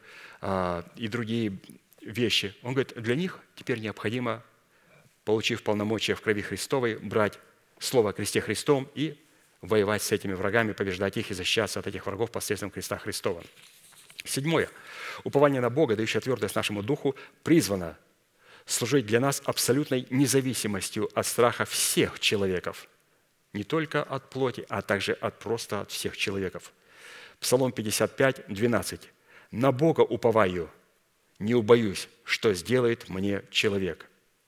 и другие вещи. Он говорит, для них теперь необходимо, получив полномочия в крови Христовой, брать слово о кресте Христом и воевать с этими врагами, побеждать их и защищаться от этих врагов посредством креста Христова. 7. Упование на Бога, дающее твердость нашему духу, призвано служить для нас абсолютной независимостью от страха всех человеков, не только от плоти, а также просто от всех человеков. Псалом 55, 12. «На Бога уповаю, не убоюсь, что сделает мне человек».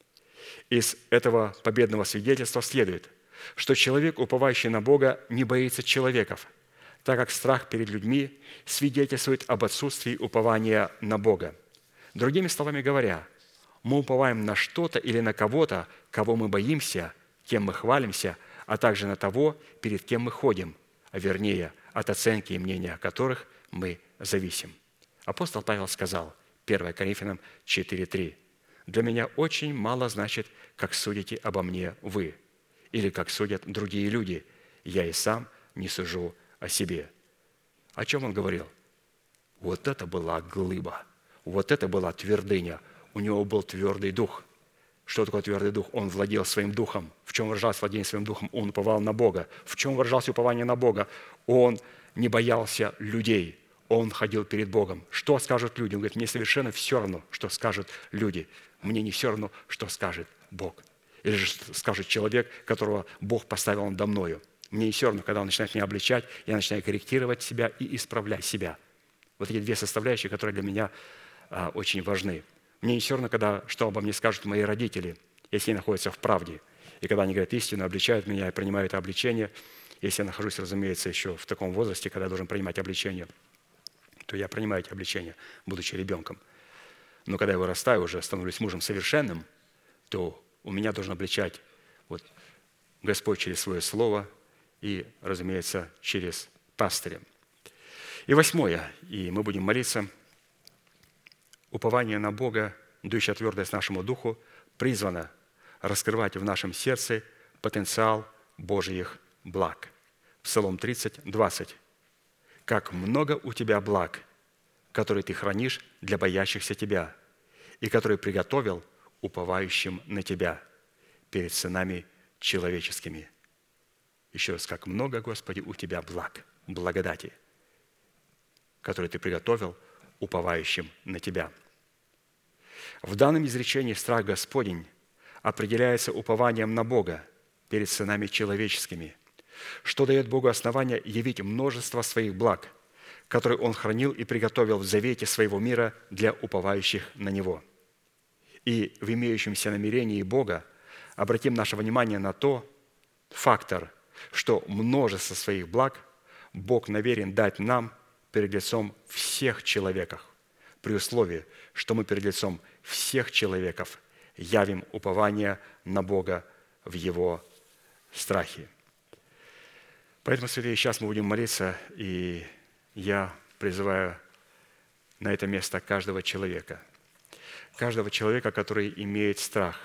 Из этого победного свидетельства следует, что человек, уповающий на Бога, не боится человеков, так как страх перед людьми свидетельствует об отсутствии упования на Бога. Другими словами говоря, мы уповаем на что-то или на кого-то, кого мы боимся, кем мы хвалимся, а также на того, перед кем мы ходим, а вернее, от оценки и мнения которых мы зависим. Апостол Павел сказал, 1 Коринфянам 4:3, «Для меня очень мало значит, как судите обо мне вы, или как судят другие люди. Я и сам не сужу о себе». О чем он говорил? Вот это была глыба, вот это была твердыня. У него был твердый дух. Что такое твердый дух? Он владел своим духом. В чем выражалось владение своим духом? Он уповал на Бога. В чем выражалось упование на Бога? Он не боялся людей. Он ходил перед Богом. Что скажут люди? Он говорит, мне совершенно все равно, что скажут люди. Мне не все равно, что скажет Бог. Или же скажет человек, которого Бог поставил надо мною. Мне не все равно, когда он начинает меня обличать, я начинаю корректировать себя и исправлять себя. Вот эти две составляющие, которые для меня очень важны. Мне не все равно, что обо мне скажут мои родители, если они находятся в правде. И когда они говорят истину, обличают меня, я принимаю это обличение. Если я нахожусь, разумеется, еще в таком возрасте, когда я должен принимать обличение, то я принимаю эти обличения, будучи ребенком. Но когда я вырастаю, уже становлюсь мужем совершенным, то у меня должен обличать Господь через свое слово и, разумеется, через пастыря. И 8, и мы будем молиться. Упование на Бога, дающее твердость нашему духу, призвано раскрывать в нашем сердце потенциал Божьих благ. Псалом 30, 20. «Как много у тебя благ, которые ты хранишь для боящихся тебя, и которые приготовил уповающим на тебя перед сынами человеческими». Еще раз, как много, Господи, у тебя благ, благодати, которые ты приготовил уповающим на тебя. В данном изречении страх Господень определяется упованием на Бога перед сынами человеческими, что дает Богу основание явить множество своих благ, которые Он хранил и приготовил в завете своего мира для уповающих на Него. И в имеющемся намерении Бога обратим наше внимание на то фактор, что множество своих благ Бог намерен дать нам перед лицом всех человеков, при условии, что мы перед лицом всех человеков явим упование на Бога в Его страхе. Поэтому, святые, сейчас мы будем молиться, и я призываю на это место каждого человека, который имеет страх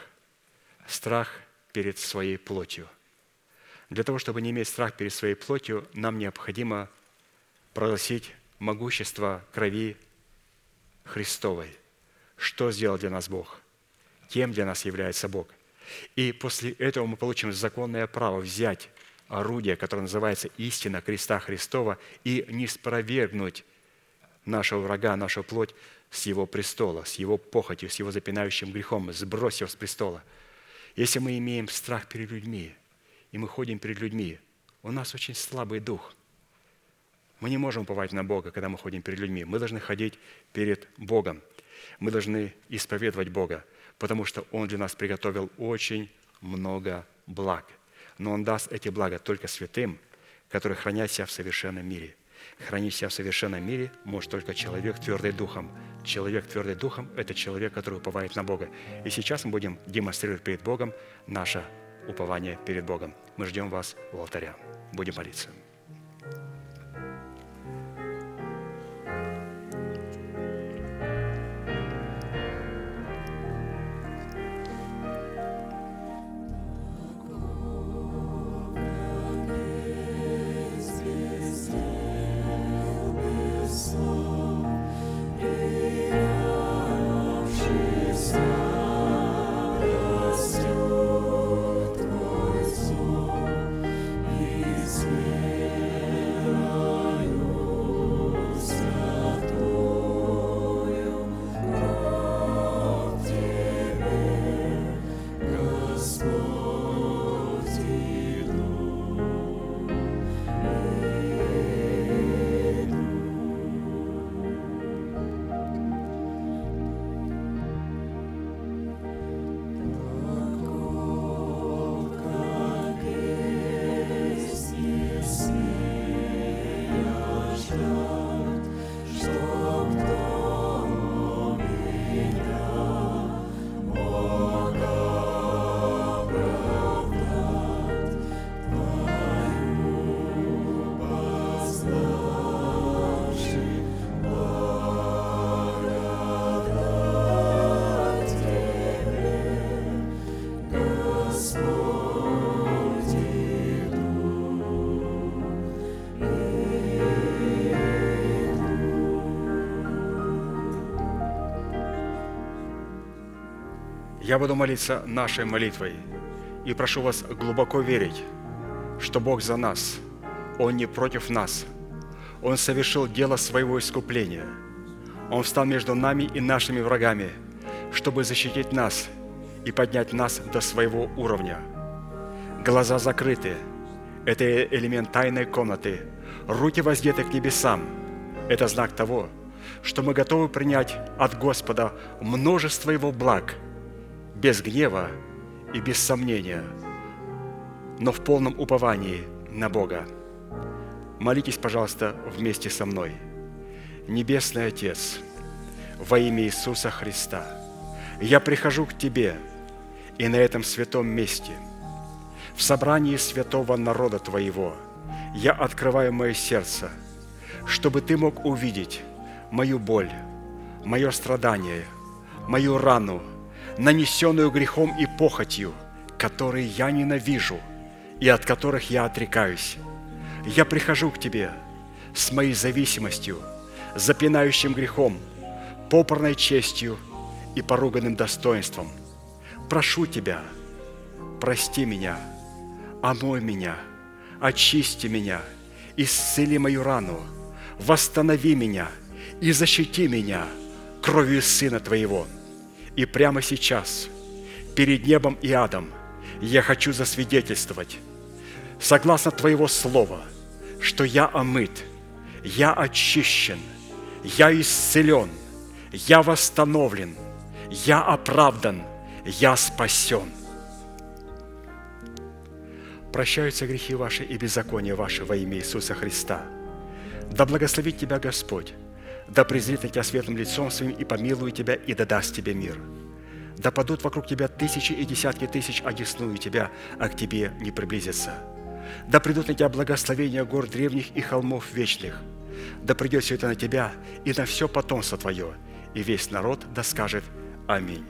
перед своей плотью. Для того, чтобы не иметь страх перед своей плотью, нам необходимо прогласить могущество крови Христовой. Что сделал для нас Бог? Кем для нас является Бог? И после этого мы получим законное право взять орудие, которое называется истина креста Христова, и не спровергнуть нашего врага, нашу плоть с его престола, с его похотью, с его запинающим грехом, сбросив с престола. Если мы имеем страх перед людьми, и мы ходим перед людьми, у нас очень слабый дух. Мы не можем уповать на Бога, когда мы ходим перед людьми. Мы должны ходить перед Богом. Мы должны исповедовать Бога, потому что Он для нас приготовил очень много благ. Но Он даст эти блага только святым, которые хранят себя в совершенном мире. Хранить себя в совершенном мире может только человек, твердый духом. Человек, твердый духом – это человек, который уповает на Бога. И сейчас мы будем демонстрировать перед Богом наше упование перед Богом. Мы ждем вас у алтаря. Будем молиться. Я буду молиться нашей молитвой и прошу вас глубоко верить, что Бог за нас, Он не против нас. Он совершил дело своего искупления. Он встал между нами и нашими врагами, чтобы защитить нас и поднять нас до своего уровня. Глаза закрыты – это элемент тайной комнаты. Руки воздеты к небесам – это знак того, что мы готовы принять от Господа множество Его благ, без гнева и без сомнения, но в полном уповании на Бога. Молитесь, пожалуйста, вместе со мной. Небесный Отец, во имя Иисуса Христа, я прихожу к Тебе и на этом святом месте, в собрании святого народа Твоего, я открываю мое сердце, чтобы Ты мог увидеть мою боль, мое страдание, мою рану, нанесенную грехом и похотью, которые я ненавижу и от которых я отрекаюсь. Я прихожу к Тебе с моей зависимостью, запинающим грехом, попорной честью и поруганным достоинством. Прошу Тебя, прости меня, омой меня, очисти меня, исцели мою рану, восстанови меня и защити меня кровью Сына Твоего. И прямо сейчас, перед небом и адом, я хочу засвидетельствовать, согласно Твоего Слова, что я омыт, я очищен, я исцелен, я восстановлен, я оправдан, я спасен. Прощаются грехи ваши и беззакония ваши во имя Иисуса Христа. Да благословит тебя Господь, да презрит на тебя светлым лицом своим и помилует тебя, и да даст тебе мир. Да падут вокруг тебя тысячи и десятки тысяч, одесную тебя, а к тебе не приблизятся. Да придут на тебя благословения гор древних и холмов вечных. Да придет все это на тебя и на все потомство твое, и весь народ да скажет Аминь.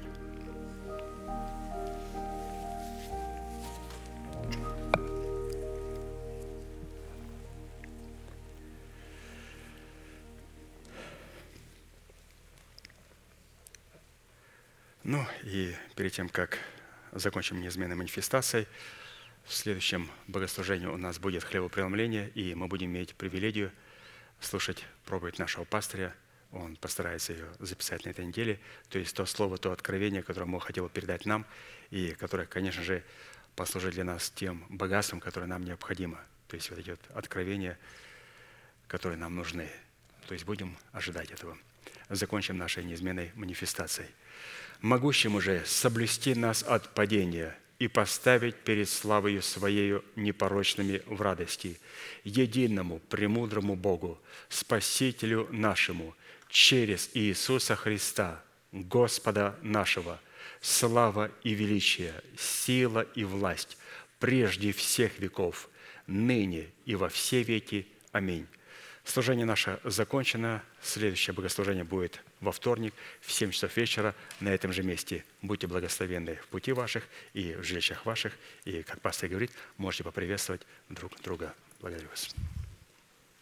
Ну и перед тем, как закончим неизменной манифестацией, в следующем богослужении у нас будет хлебопреломление, и мы будем иметь привилегию слушать проповедь нашего пастыря. Он постарается ее записать на этой неделе, то есть то слово, то откровение, которое он хотел передать нам, и которое, конечно же, послужит для нас тем богатством, которое нам необходимо. То есть вот эти вот откровения, которые нам нужны. То есть будем ожидать этого. Закончим нашей неизменной манифестацией. Могущему же соблюсти нас от падения и поставить перед славою Своею непорочными в радости, единому, премудрому Богу, Спасителю нашему, через Иисуса Христа, Господа нашего, слава и величие, сила и власть, прежде всех веков, ныне и во все веки. Аминь. Служение наше закончено. Следующее богослужение будет во вторник в 7 часов вечера на этом же месте. Будьте благословенны в пути ваших и в жилищах ваших. И, как пастор говорит, можете поприветствовать друг друга. Благодарю вас.